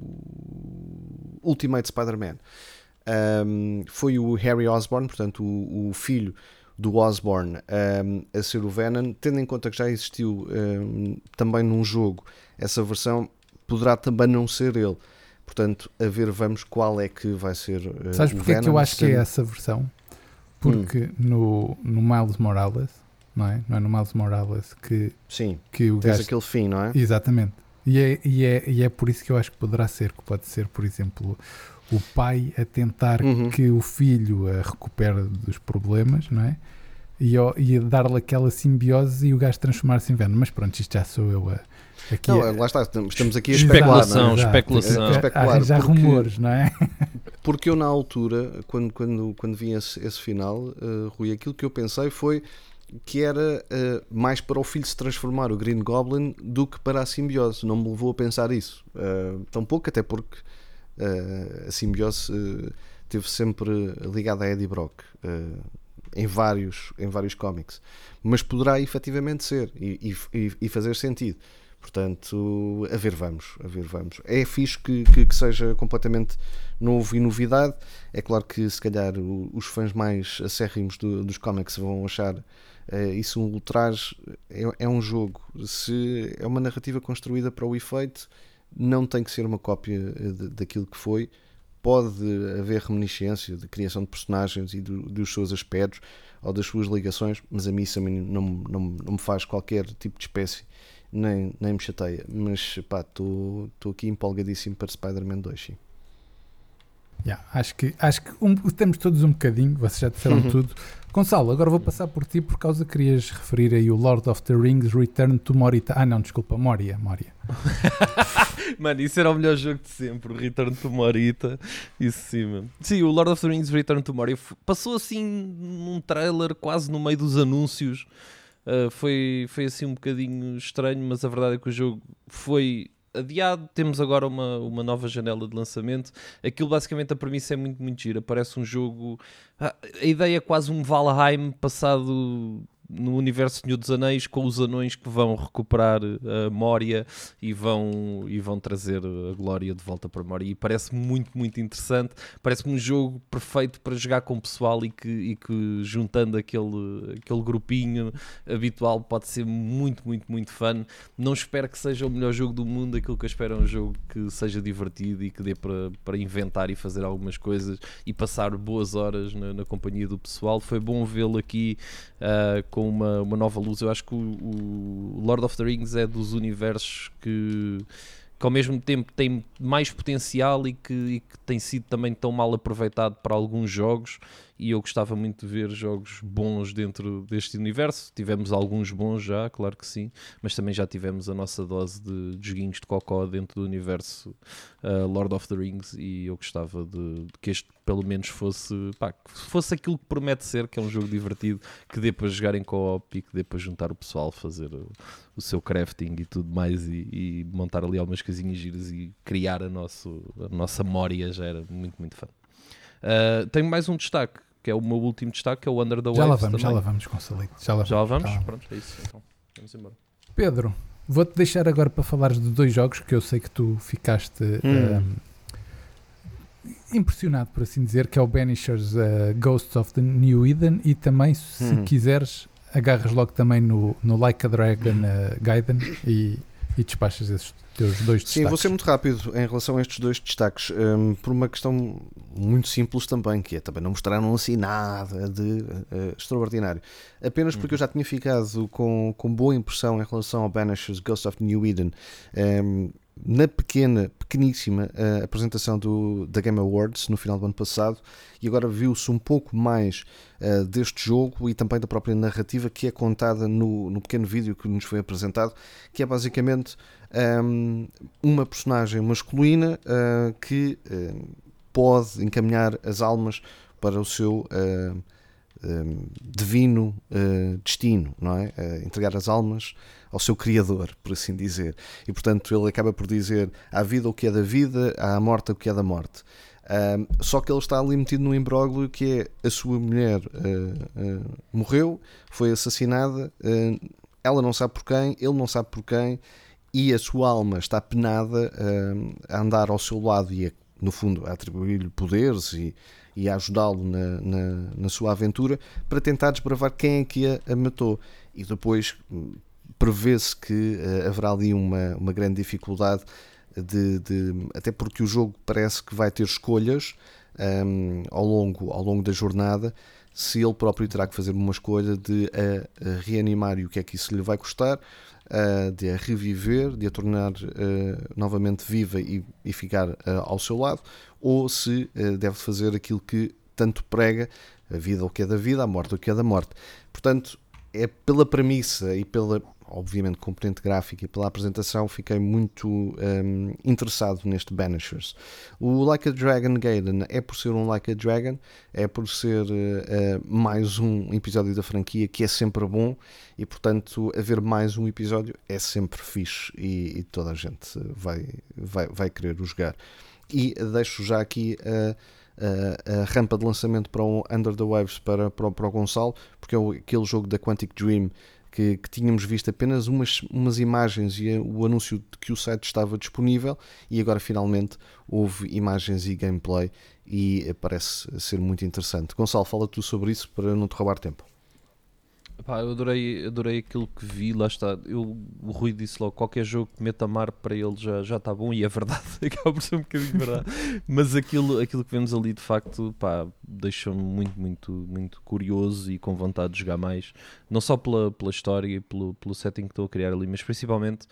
C: Ultimate Spider-Man, um, foi o Harry Osborn, portanto o, o filho do Osborn um, a ser o Venom. Tendo em conta que já existiu um, também num jogo essa versão, poderá também não ser ele. Portanto, a ver, vamos qual é que vai ser uh,
D: Sabes
C: o
D: porque
C: Venom,
D: é que eu acho
C: sendo...
D: que é essa versão? Porque hum. no, no Miles Morales, não é? Não é no Miles Morales que,
C: Sim,
D: que o
C: tens
D: gajo...
C: aquele fim, não é?
D: Exatamente. E é, e, é, e é por isso que eu acho que poderá ser, que pode ser, por exemplo, o pai a tentar uhum. que o filho a recupere dos problemas, não é? E, e a dar-lhe aquela simbiose e o gajo transformar-se em Venom. Mas pronto, isto já sou eu a... Aqui
C: não,
D: a...
C: lá está, estamos aqui a especular,
E: especulação,
C: não é?
E: especulação.
C: A, a especular,
D: Há já
C: porque,
D: rumores, não é?
C: Porque eu na altura, quando, quando, quando vi esse, esse final, uh, Rui, aquilo que eu pensei foi que era uh, mais para o filho se transformar, o Green Goblin, do que para a simbiose. Não me levou a pensar isso. Uh, tão pouco, até porque uh, a simbiose uh, esteve sempre ligada a Eddie Brock. Uh, em vários, em vários cómics, mas poderá efetivamente ser e, e, e fazer sentido. Portanto, a ver vamos, a ver vamos. É fixe que, que, que seja completamente novo e novidade. É claro que se calhar o, os fãs mais acérrimos do, dos cómics vão achar uh, isso um ultraje. É, é um jogo, se é uma narrativa construída para o efeito, não tem que ser uma cópia de, daquilo que foi. Pode haver reminiscência de criação de personagens e do, dos seus aspectos ou das suas ligações, mas a mim isso a mim não, não, não me faz qualquer tipo de espécie, nem, nem me chateia. Mas pá, estou aqui empolgadíssimo para Spider-Man dois. Sim.
D: Yeah, acho que, acho que um, temos todos um bocadinho, vocês já disseram uhum. tudo. Gonçalo, agora vou passar por ti por causa que querias referir aí o Lord of the Rings Return to Morita. Ah não, desculpa, Moria, Moria.
E: Mano, isso era o melhor jogo de sempre, o Return to Morita. Isso sim, mano. Sim, o Lord of the Rings Return to Moria passou assim num trailer, quase no meio dos anúncios. Uh, foi, foi assim um bocadinho estranho, mas a verdade é que o jogo foi adiado. Temos agora uma, uma nova janela de lançamento. Aquilo basicamente, a premissa é muito, muito gira. Parece um jogo... A ideia é quase um Valheim passado no universo Senhor dos Anéis, com os anões que vão recuperar a Moria e vão, e vão trazer a glória de volta para a Moria. E parece muito, muito interessante. Parece-me um jogo perfeito para jogar com o pessoal e que, e que juntando aquele, aquele grupinho habitual pode ser muito, muito, muito fun. Não espero que seja o melhor jogo do mundo. Aquilo que eu espero é um jogo que seja divertido e que dê para, para inventar e fazer algumas coisas e passar boas horas na, na companhia do pessoal. Foi bom vê-lo aqui uh, com uma, uma nova luz. Eu acho que o, o Lord of the Rings é dos universos que, que ao mesmo tempo tem mais potencial e que, e que tem sido também tão mal aproveitado para alguns jogos, e eu gostava muito de ver jogos bons dentro deste universo. Tivemos alguns bons já, claro que sim, mas também já tivemos a nossa dose de, de joguinhos de cocó dentro do universo uh, Lord of the Rings, e eu gostava de, de que este pelo menos fosse, pá, que fosse aquilo que promete ser, que é um jogo divertido, que dê para jogar em co-op e que dê para juntar o pessoal, fazer o, o seu crafting e tudo mais, e, e montar ali algumas casinhas giras e criar a, nosso, a nossa Moria. Já era muito, muito fã. Uh, tenho mais um destaque, que é o meu último destaque, que é o Under the Waves.
D: Já lá vamos,
E: também.
D: já lá vamos, Consalito. Já lá
E: já lá
D: vamos?
E: vamos?
D: Já.
E: Pronto, é isso. Então, vamos embora.
D: Pedro, vou-te deixar agora para falares de dois jogos que eu sei que tu ficaste hum. um, impressionado, por assim dizer, que é o Banishers uh, Ghosts of the New Eden, e também, se hum. quiseres, agarras logo também no, no Like a Dragon uh, Gaiden e, e despachas esses teus dois destaques.
C: Sim, vou ser muito rápido em relação a estes dois destaques, um, por uma questão muito simples também, que é também não mostraram assim nada de uh, extraordinário, apenas porque uhum. eu já tinha ficado com, com boa impressão em relação ao Banishers Ghost of New Eden um, na pequena, pequeníssima uh, apresentação do, da Game Awards no final do ano passado, e agora viu-se um pouco mais uh, deste jogo e também da própria narrativa que é contada no, no pequeno vídeo que nos foi apresentado, que é basicamente um, uma personagem masculina uh, que uh, pode encaminhar as almas para o seu uh, um, divino uh, destino, não é? Uh, entregar as almas ao seu criador, por assim dizer. E portanto ele acaba por dizer: há vida o que é da vida, há a morte o que é da morte. Um, só que ele está ali metido num imbróglio que é: a sua mulher uh, uh, morreu, foi assassinada, uh, ela não sabe por quem, ele não sabe por quem, e a sua alma está penada uh, a andar ao seu lado e a, no fundo a atribuir-lhe poderes e, e a ajudá-lo na, na, na sua aventura para tentar desbravar quem é que a, a matou. E depois prevê-se que uh, haverá ali uma, uma grande dificuldade, de, de, até porque o jogo parece que vai ter escolhas um, ao, longo, ao longo da jornada, se ele próprio terá que fazer uma escolha de a, a reanimar e o que é que isso lhe vai custar, uh, de a reviver, de a tornar uh, novamente viva e, e ficar uh, ao seu lado, ou se uh, deve fazer aquilo que tanto prega: a vida o que é da vida, a morte o que é da morte. Portanto, é pela premissa e pela, obviamente, componente gráfica e pela apresentação, fiquei muito um, interessado neste Banishers. O Like a Dragon Gaiden é por ser um Like a Dragon, é por ser uh, mais um episódio da franquia, que é sempre bom, e portanto haver mais um episódio é sempre fixe, e, e toda a gente vai, vai, vai querer o jogar. E deixo já aqui uh, a, a rampa de lançamento para o Under the Waves para, para, para o Gonçalo, porque é o, aquele jogo da Quantic Dream que, que tínhamos visto apenas umas, umas imagens e o anúncio de que o site estava disponível, e agora finalmente houve imagens e gameplay e parece ser muito interessante. Gonçalo, fala tu sobre isso para não te roubar tempo.
E: Pá, eu adorei, adorei aquilo que vi, lá está. Eu, o Rui disse logo, qualquer jogo que meta mar para ele já já está bom, e é verdade, acaba por ser um bocadinho verdade. Mas aquilo, aquilo que vemos ali de facto, pá, deixa-me muito, muito, muito curioso e com vontade de jogar mais, não só pela, pela história e pelo, pelo setting que estou a criar ali, mas principalmente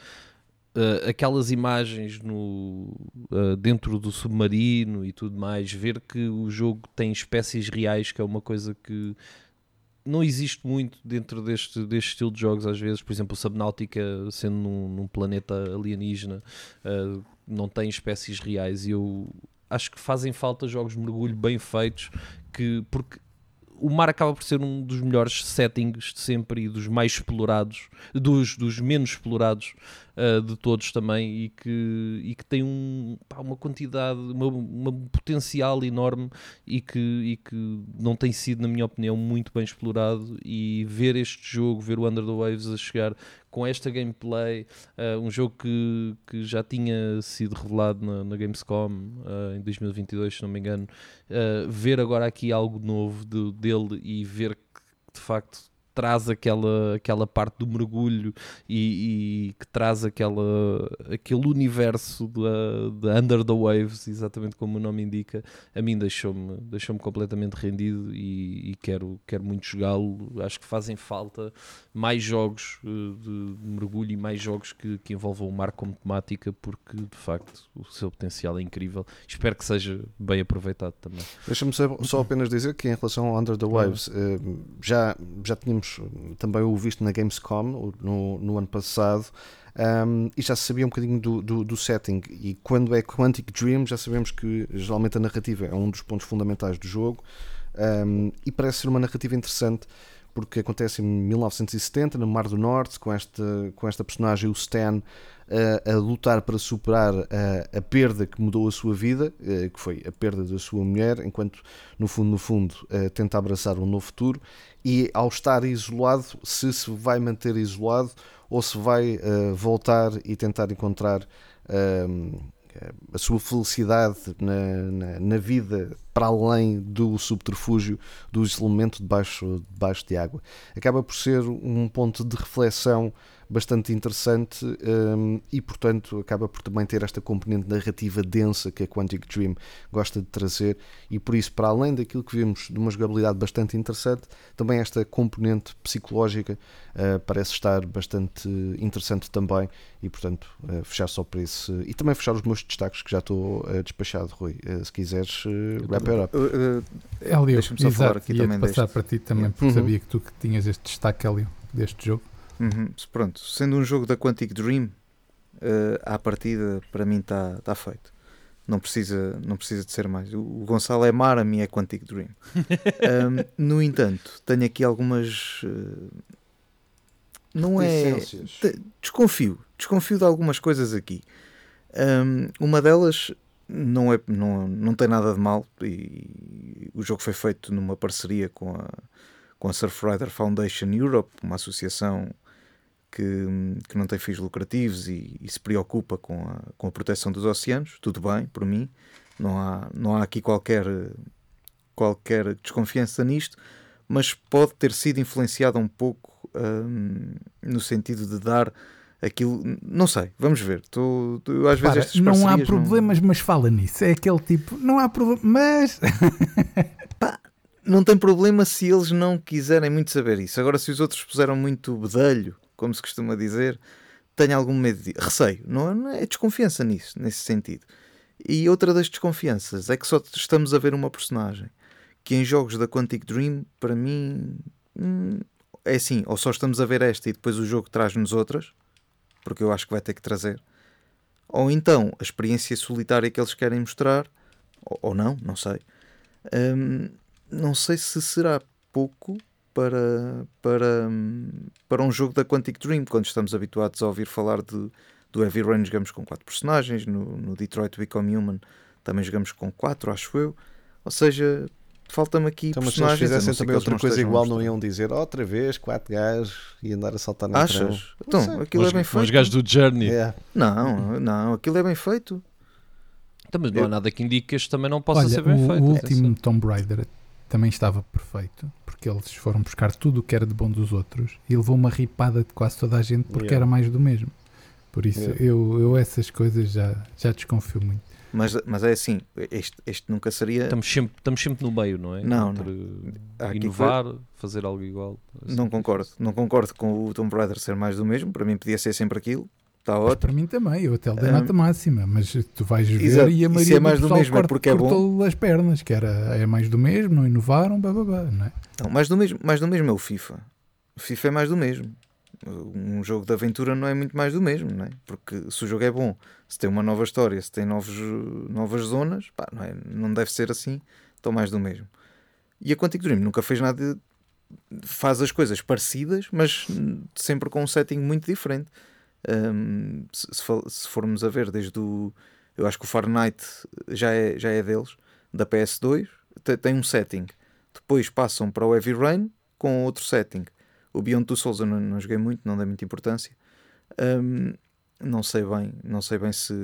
E: uh, aquelas imagens no, uh, dentro do submarino e tudo mais, ver que o jogo tem espécies reais, que é uma coisa que não existe muito dentro deste, deste estilo de jogos. Às vezes, por exemplo, o Subnautica, sendo num, num planeta alienígena, uh, não tem espécies reais, e eu acho que fazem falta jogos de mergulho bem feitos, que, porque o mar acaba por ser um dos melhores settings de sempre e dos mais explorados, dos, dos menos explorados uh, de todos também, e que, e que tem um, pá, uma quantidade, uma, uma potencial enorme, e que, e que não tem sido, na minha opinião, muito bem explorado. E ver este jogo, ver o Under the Waves a chegar com esta gameplay, uh, um jogo que, que já tinha sido revelado na, na Gamescom uh, em dois mil e vinte e dois, se não me engano, uh, ver agora aqui algo novo de, dele, e ver que de facto traz aquela, aquela parte do mergulho, e, e que traz aquela, aquele universo de Under the Waves, exatamente como o nome indica, a mim deixou-me, deixou-me completamente rendido, e, e quero, quero muito jogá-lo. Acho que fazem falta mais jogos uh, de, de mergulho, e mais jogos que, que envolvam o mar como temática, porque de facto o seu potencial é incrível. Espero que seja bem aproveitado também.
C: Deixa-me só apenas dizer que em relação ao Under the Waves, uh, já, já tínhamos também o visto na Gamescom no, no ano passado, um, e já se sabia um bocadinho do, do, do setting, e quando é Quantic Dream já sabemos que geralmente a narrativa é um dos pontos fundamentais do jogo, um, e parece ser uma narrativa interessante, porque acontece em mil novecentos e setenta, no Mar do Norte, com esta, com esta personagem, o Stan, a, a lutar para superar a, a perda que mudou a sua vida, que foi a perda da sua mulher, enquanto no fundo, no fundo, tenta abraçar um novo futuro. E ao estar isolado, se se vai manter isolado ou se vai uh, voltar e tentar encontrar uh, a sua felicidade na, na, na vida para além do subterfúgio, do isolamento debaixo, debaixo de água. Acaba por ser um ponto de reflexão bastante interessante, um, e portanto acaba por também ter esta componente narrativa densa que a Quantic Dream gosta de trazer, e por isso, para além daquilo que vimos de uma jogabilidade bastante interessante, também esta componente psicológica uh, parece estar bastante interessante também, e portanto uh, fechar só para esse, e também fechar os meus destaques, que já estou uh, despachado, Rui. Uh, se quiseres, uh, wrap it up.
G: Uh, uh,
D: Hélio,
G: deixa-me só
D: exato,
G: falar aqui também
D: passar
G: deste.
D: para ti também, porque
C: Uhum.
D: sabia que tu que tinhas este destaque, Hélio, deste jogo.
G: Uhum. Pronto, sendo um jogo da Quantic Dream, uh, à partida para mim está tá feito. Não precisa, não precisa de ser mais. O, o Gonçalo é mar, a mim é Quantic Dream. um, no entanto, tenho aqui algumas. Uh, não é. Te, desconfio. Desconfio de algumas coisas aqui. Um, uma delas não, é, não, não tem nada de mal, e o jogo foi feito numa parceria com a, com a Surfrider Foundation Europe, uma associação que, que não tem fins lucrativos e, e se preocupa com a, com a proteção dos oceanos. Tudo bem, por mim, não há, não há aqui qualquer, qualquer desconfiança nisto, mas pode ter sido influenciada um pouco um, no sentido de dar aquilo, não sei, vamos ver. Tô, tô, às
D: Para,
G: vezes estas
D: não há
G: parcerias
D: problemas, não... mas fala nisso. É aquele tipo, não há problema, mas...
G: Pá, não tem problema se eles não quiserem muito saber isso. Agora, se os outros puseram muito bedelho, como se costuma dizer, tenho algum medo de receio. Não, não é desconfiança nisso, nesse sentido. E outra das desconfianças é que só estamos a ver uma personagem que em jogos da Quantic Dream, para mim, hum, é assim, ou só estamos a ver esta e depois o jogo traz-nos outras, porque eu acho que vai ter que trazer, ou então a experiência solitária que eles querem mostrar, ou, ou não, não sei. Hum, não sei se será pouco para, para, para um jogo da Quantic Dream, quando estamos habituados a ouvir falar de, do Heavy Rain. Jogamos com quatro personagens, no, no Detroit Become Human também jogamos com quatro, acho eu. Ou seja, falta-me aqui
C: Então, mas se eles
G: personagens. eu não
C: fizessem
G: sei
C: também
G: que eles
C: outra
G: não
C: coisa
G: estejam a
C: igual, não
G: mostrar.
C: iam dizer outra vez, quatro gajos e andar a saltar na trama.
G: Achas? Então, aquilo
E: Os,
G: é bem
E: os
G: feito.
E: gajos do Journey.
C: É.
G: Não, não, aquilo é bem feito.
E: Então, mas não há
G: Eu-
E: nada que indique que este também não possa
D: Olha,
E: ser bem
D: o,
E: feito.
D: o
E: atenção.
D: último Tomb Raider também estava perfeito, porque eles foram buscar tudo o que era de bom dos outros e levou uma ripada de quase toda a gente porque
C: Yeah.
D: era mais do mesmo. Por isso,
C: Yeah.
D: eu, eu essas coisas já, já desconfio muito.
G: Mas, mas é assim, este, este nunca seria.
E: Estamos sempre, estamos sempre no meio, não é?
G: Não,
E: Entre
G: Há aqui
E: inovar, fazer algo igual.
G: Não concordo. Não concordo com o Tomb Raider ser mais do mesmo. Para mim podia ser sempre aquilo. Está
D: Mas
G: ótimo.
D: para mim também, eu até lhe dei
G: Um,
D: nota máxima, mas tu vais ver
G: exato,
D: e a
G: e se
D: maioria
G: é mais
D: do
G: do
D: pessoal
G: mesmo é
D: corta-
G: porque é bom.
D: cortou as pernas, que era é mais do mesmo, não inovaram, blá, blá, blá, não é?
G: Não, mais do mesmo, mais do mesmo é o FIFA. O FIFA é mais do mesmo. Um jogo de aventura não é muito mais do mesmo, não é? Porque se o jogo é bom, se tem uma nova história, se tem novos, novas zonas, pá, não, é? Não deve ser assim, então mais do mesmo. E a Quantic Dream nunca fez nada, de, faz as coisas parecidas, mas sempre com um setting muito diferente. Um, se, se for- se formos a ver desde o, eu acho que o Fahrenheit já é, já é deles, da P S dois, te- tem um setting. Depois passam para o Heavy Rain com outro setting. O Beyond Two Souls eu não, não joguei muito, não dei muita importância. Um, não sei bem, não sei bem se,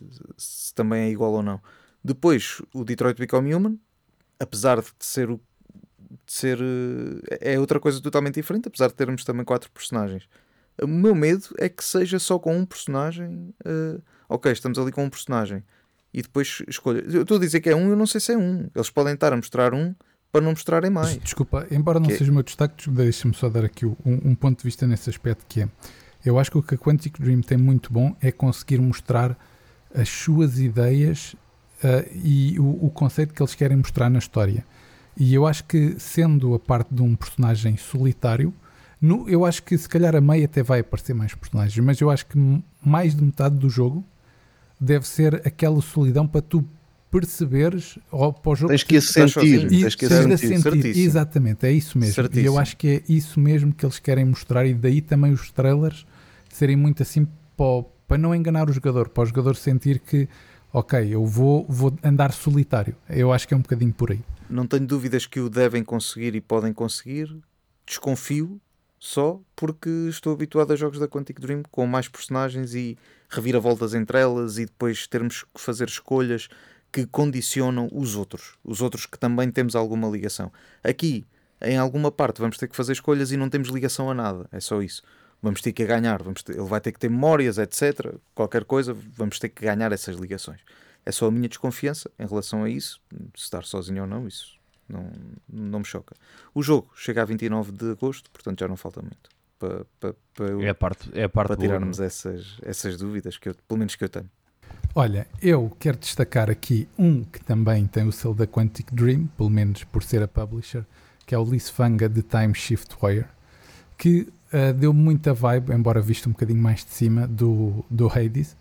G: se também é igual ou não. Depois o Detroit Become Human, apesar de ser o de ser eh, é outra coisa totalmente diferente, apesar de termos também quatro personagens. O meu medo é que seja só com um personagem. Uh, ok, estamos ali com um personagem e depois escolha. Eu estou a dizer que é um, eu não sei se é um. Eles podem estar a mostrar um para não mostrarem mais.
D: Desculpa, embora não
G: Que-
D: seja o meu destaque, deixa-me só dar aqui um, um ponto de vista nesse aspecto, que é, eu acho que o que a Quantic Dream tem muito bom é conseguir mostrar as suas ideias uh, e o, o conceito que eles querem mostrar na história. E eu acho que, sendo a parte de um personagem solitário, no, eu acho que se calhar a meio até vai aparecer mais personagens, mas eu acho que m- mais de metade do jogo deve ser aquela solidão para tu perceberes, ou para o jogo
C: Tens que a
G: estás
C: sentir.
G: sozinho.
D: e
C: Tens que a
D: tens de
C: sentir.
D: sentir.
G: Certíssimo.
D: Exatamente, é isso mesmo.
G: Certíssimo.
D: E eu acho que é isso mesmo que eles querem mostrar, e daí também os trailers serem muito assim para, o- para não enganar o jogador, para o jogador sentir que, ok, eu vou, vou andar solitário. Eu acho que é um bocadinho por aí.
G: Não tenho dúvidas que o devem conseguir e podem conseguir. Desconfio só porque estou habituado a jogos da Quantic Dream com mais personagens e reviravoltas entre elas e depois termos que fazer escolhas que condicionam os outros. Os outros que também temos alguma ligação. Aqui, em alguma parte, vamos ter que fazer escolhas e não temos ligação a nada. É só isso. Vamos ter que ganhar. Vamos ter, ele vai ter que ter memórias, etcétera. Qualquer coisa, vamos ter que ganhar essas ligações. É só a minha desconfiança em relação a isso. Se estar sozinho ou não, isso não, não me choca. O jogo chega a vinte e nove de agosto, portanto já não falta muito para, para, para, eu-
E: É a parte, é a parte
G: para
E: boa,
G: tirarmos
E: não é?
G: essas, essas dúvidas, que eu, pelo menos que eu tenho.
D: Olha, eu quero destacar aqui um que também tem o selo da Quantic Dream, pelo menos por ser a publisher, que é o Lisfanga de Time Shift Wire, que uh, deu muita vibe, embora visto um bocadinho mais de cima, do, do Hades,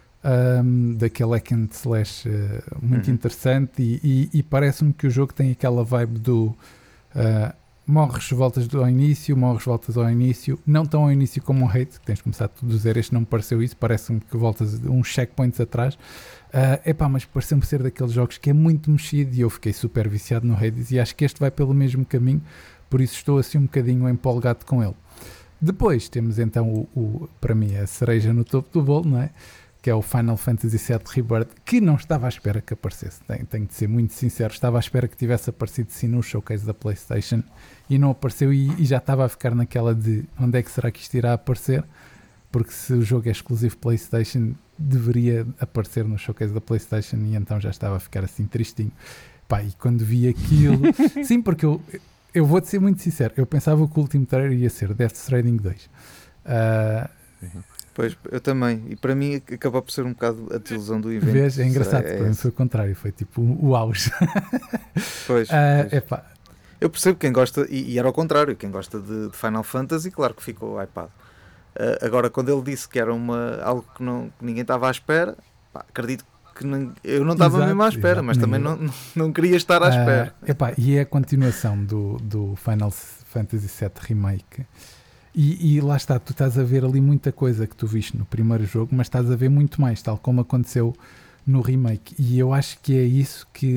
D: um, daquele hack and slash uh, muito
G: Uhum.
D: interessante, e, e, e parece-me que o jogo tem aquela vibe do uh, morres, voltas ao início, morres, voltas ao início, não tão ao início como o Hades, que tens de começar tudo do zero. Este não me pareceu isso, parece-me que voltas uns checkpoints atrás. Uh, epá, mas pareceu-me ser daqueles jogos que é muito mexido e eu fiquei super viciado no Hades e acho que este vai pelo mesmo caminho, por isso estou assim um bocadinho empolgado com ele. Depois temos então o, o para mim a cereja no topo do bolo, não é? Que é o Final Fantasy sete Rebirth, que não estava à espera que aparecesse, tenho, tenho de ser muito sincero, estava à espera que tivesse aparecido sim no showcase da PlayStation e não apareceu, e, e já estava a ficar naquela de onde é que será que isto irá aparecer, porque se o jogo é exclusivo PlayStation deveria aparecer no showcase da PlayStation, e então já estava a ficar assim tristinho. Pá, e quando vi aquilo sim, porque eu, eu vou-te ser muito sincero, eu pensava que o último trailer ia ser Death Stranding dois. Uh,
G: Pois, eu também. E para mim acabou por ser um bocado a desilusão do evento.
D: Vês? É engraçado,
G: É,
D: para mim foi o contrário, foi tipo o, o auge.
G: Pois,
D: Ah,
G: pois.
D: epá,
G: Eu percebo quem gosta, e, e era ao contrário, quem gosta de, de Final Fantasy, claro que ficou hypado. Uh, agora, quando ele disse que era uma, algo que, não, que ninguém estava à espera, pá, acredito que não, eu não estava
D: Exato,
G: mesmo à espera,
D: exato,
G: mas também
D: ninguém.
G: não, não, não queria estar à
D: ah,
G: espera.
D: epá, e é a continuação do, do Final Fantasy sete Remake. E, e lá está, tu estás a ver ali muita coisa que tu viste no primeiro jogo, mas estás a ver muito mais, tal como aconteceu no remake. E eu acho que é isso que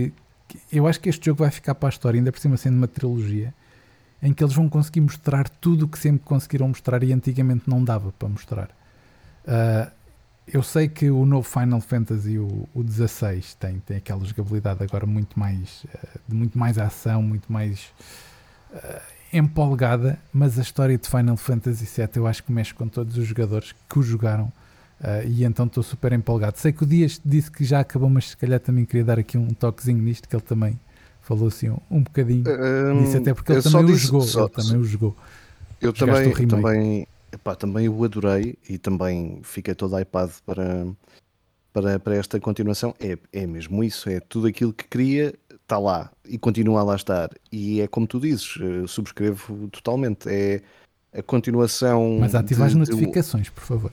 D: eu acho que este jogo vai ficar para a história, ainda por cima sendo uma trilogia, em que eles vão conseguir mostrar tudo o que sempre conseguiram mostrar e antigamente não dava para mostrar. Uh, eu sei que o novo Final Fantasy, o, o dezasseis, tem, tem aquela jogabilidade agora muito mais, uh, de muito mais ação, muito mais uh, empolgada, mas a história de Final Fantasy sete eu acho que mexe com todos os jogadores que o jogaram. Uh, e então estou super empolgado. Sei que o Dias disse que já acabou, mas se calhar também queria dar aqui um toquezinho nisto, que ele também falou assim um, um bocadinho
F: um,
D: disso, até porque ele também o jogou. Só, ele também o jogou.
F: Eu também, também, epá, também o adorei e também fiquei todo hypado para, para, para esta continuação. É, é mesmo isso, é tudo aquilo que queria, está lá e continua a lá estar. E é como tu dizes, subscrevo totalmente. É a continuação.
D: Mas ativa as
F: de,
D: notificações, de... por favor.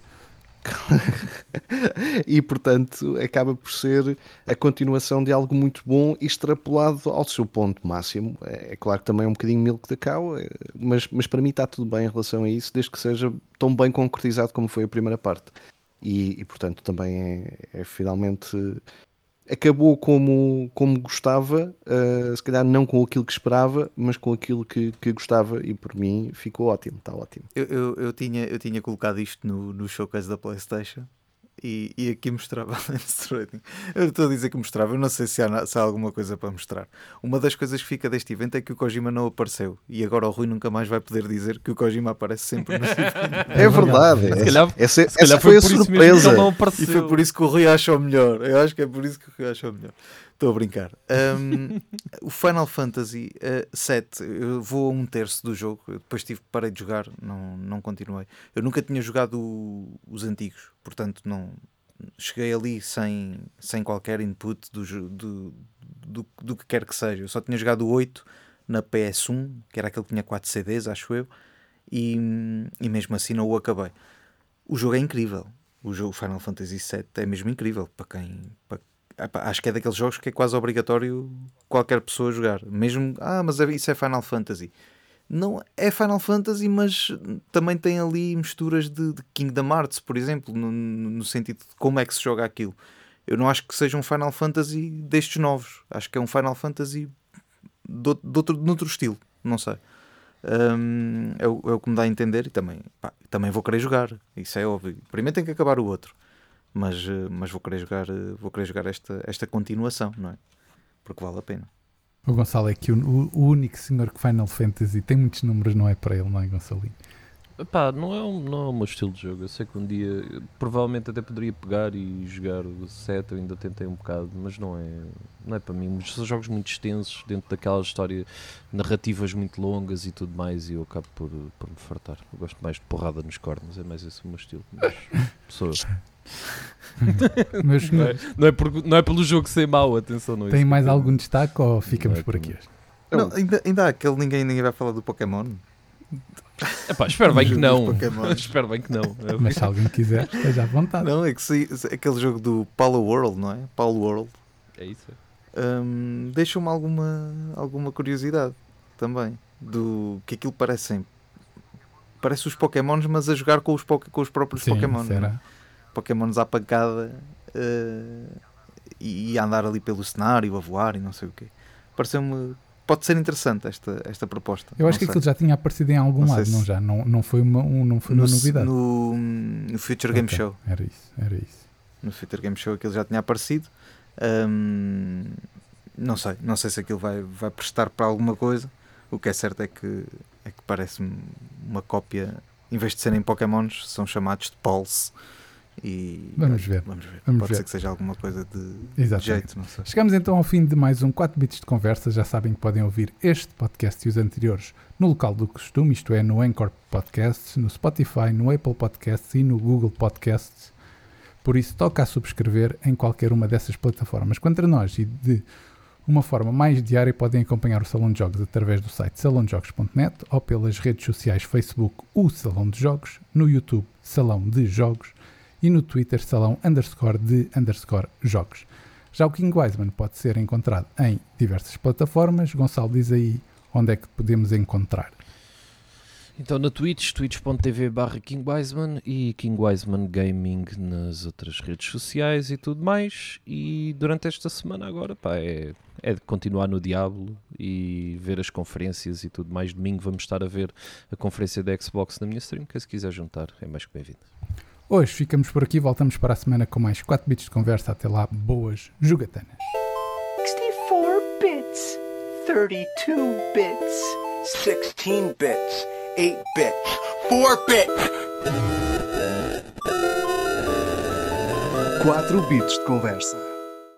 F: E portanto acaba por ser a continuação de algo muito bom e extrapolado ao seu ponto máximo. É claro que também é um bocadinho milk da cow, mas, mas para mim está tudo bem em relação a isso, desde que seja tão bem concretizado como foi a primeira parte. E, e portanto também é, é finalmente acabou como, como gostava, uh, se calhar não com aquilo que esperava, mas com aquilo que, que gostava, e por mim ficou ótimo, está ótimo.
G: Eu, eu, eu, tinha, eu tinha colocado isto no, no showcase da PlayStation e, e aqui mostrava eu estou a dizer que mostrava, eu não sei se há, se há alguma coisa para mostrar. Uma das coisas que fica deste evento é que o Kojima não apareceu e agora o Rui nunca mais vai poder dizer que o Kojima aparece sempre nos eventos.
F: É verdade,
E: se calhar,
F: essa,
E: se calhar
F: essa foi, foi a surpresa
E: não
G: e foi por isso que o Rui achou melhor. Eu acho que é por isso que o Rui achou melhor. Estou a brincar. Um, o Final Fantasy uh, sete, eu vou a um terço do jogo. Eu depois tive, parei de jogar, não, não continuei. Eu nunca tinha jogado o, os antigos, portanto não cheguei ali sem, sem qualquer input do, do, do, do que quer que seja. Eu só tinha jogado o oito na P S um, que era aquele que tinha quatro C Ds, acho eu, e, e mesmo assim não o acabei. O jogo é incrível. O jogo Final Fantasy sete é mesmo incrível para quem... Para acho que é daqueles jogos que é quase obrigatório qualquer pessoa jogar, mesmo, ah, mas isso é Final Fantasy. Não é Final Fantasy, mas também tem ali misturas de, de Kingdom Hearts, por exemplo, no, no sentido de como é que se joga aquilo. Eu não acho que seja um Final Fantasy destes novos, acho que é um Final Fantasy de, de, outro, de outro estilo, não sei. Um, é, o, é o que me dá a entender e também, pá, também vou querer jogar, isso é óbvio. Primeiro tem que acabar o outro. Mas, mas vou querer jogar, vou querer jogar esta, esta continuação, não é? Porque vale a pena.
D: O Gonçalo é que o, o único senhor que Final Fantasy tem muitos números, não é para ele, não é, Gonçalinho?
E: Epá, não é, um, não é o meu estilo de jogo. Eu sei que um dia, provavelmente até poderia pegar e jogar o sete, eu ainda tentei um bocado, mas não é, não é para mim. São jogos muito extensos, dentro daquela história, narrativas muito longas e tudo mais, e eu acabo por, por me fartar. Eu gosto mais de porrada nos cornos, é mais esse o meu estilo. Mas sou
D: Meus
E: não, é, não, é por, não é pelo jogo ser mau, atenção. Não é
D: tem
E: isso
D: mais
E: que
D: algum destaque ou ficamos
E: é
D: por aqui hoje?
G: Não, ainda, ainda há aquele ninguém, ninguém vai falar do Pokémon.
E: Epá, espero bem que não. Espero bem que não.
D: Mas se alguém quiser, esteja à vontade.
G: Não, é que se, aquele jogo do Paulo World, não é? Paulo World.
E: É isso.
G: Um, deixa-me alguma, alguma curiosidade também. Do que aquilo parecem. Parece os Pokémons, mas a jogar com os, com os próprios
D: Sim,
G: Pokémon.
D: será?
G: Pokémons à pancada uh, e, e a andar ali pelo cenário, a voar e não sei o quê. Pareceu-me. Pode ser interessante esta, esta proposta.
D: Eu acho que
G: sei.
D: aquilo já tinha aparecido em algum
G: não
D: lado,
G: se...
D: não já? Não, não foi uma, um, não foi
G: no,
D: uma novidade.
G: No, no Future Game
D: okay.
G: Show.
D: Era isso, era isso.
G: No Future Game Show aquilo já tinha aparecido. Um, não sei, não sei se aquilo vai, vai prestar para alguma coisa. O que é certo é que, é que parece-me uma cópia. Em vez de serem Pokémons, são chamados de Pulse. E
D: vamos ver.
G: Vamos ver.
D: Vamos
G: Pode
D: ver.
G: ser que seja alguma coisa de,
D: Exatamente.
G: de jeito. Não sei.
D: Chegamos então ao fim de mais um quatro bits de conversa. Já sabem que podem ouvir este podcast e os anteriores no local do costume, isto é, no Anchor Podcasts, no Spotify, no Apple Podcasts e no Google Podcasts. Por isso, toca a subscrever em qualquer uma dessas plataformas. Quanto a nós e de uma forma mais diária, podem acompanhar o Salão de Jogos através do site salão de jogos ponto net ou pelas redes sociais Facebook, o Salão de Jogos, no YouTube, Salão de Jogos, e no Twitter, salão underscore de underscore jogos. Já o King Wiseman pode ser encontrado em diversas plataformas. Gonçalo, diz aí onde é que podemos encontrar.
E: Então na Twitch, twitch ponto tv barra King Wiseman e King Wiseman Gaming nas outras redes sociais e tudo mais. E durante esta semana agora, pá, é é de continuar no Diablo e ver as conferências e tudo mais. Domingo vamos estar a ver a conferência da Xbox na minha stream, que se quiser juntar é mais que bem-vindo.
D: Hoje ficamos por aqui, voltamos para a semana com mais quatro bits de conversa. Até lá, boas jogatanas.
A: sixty-four bits, thirty-two bits,
B: sixteen bits, eight bits, four bits.
H: quatro bits de conversa.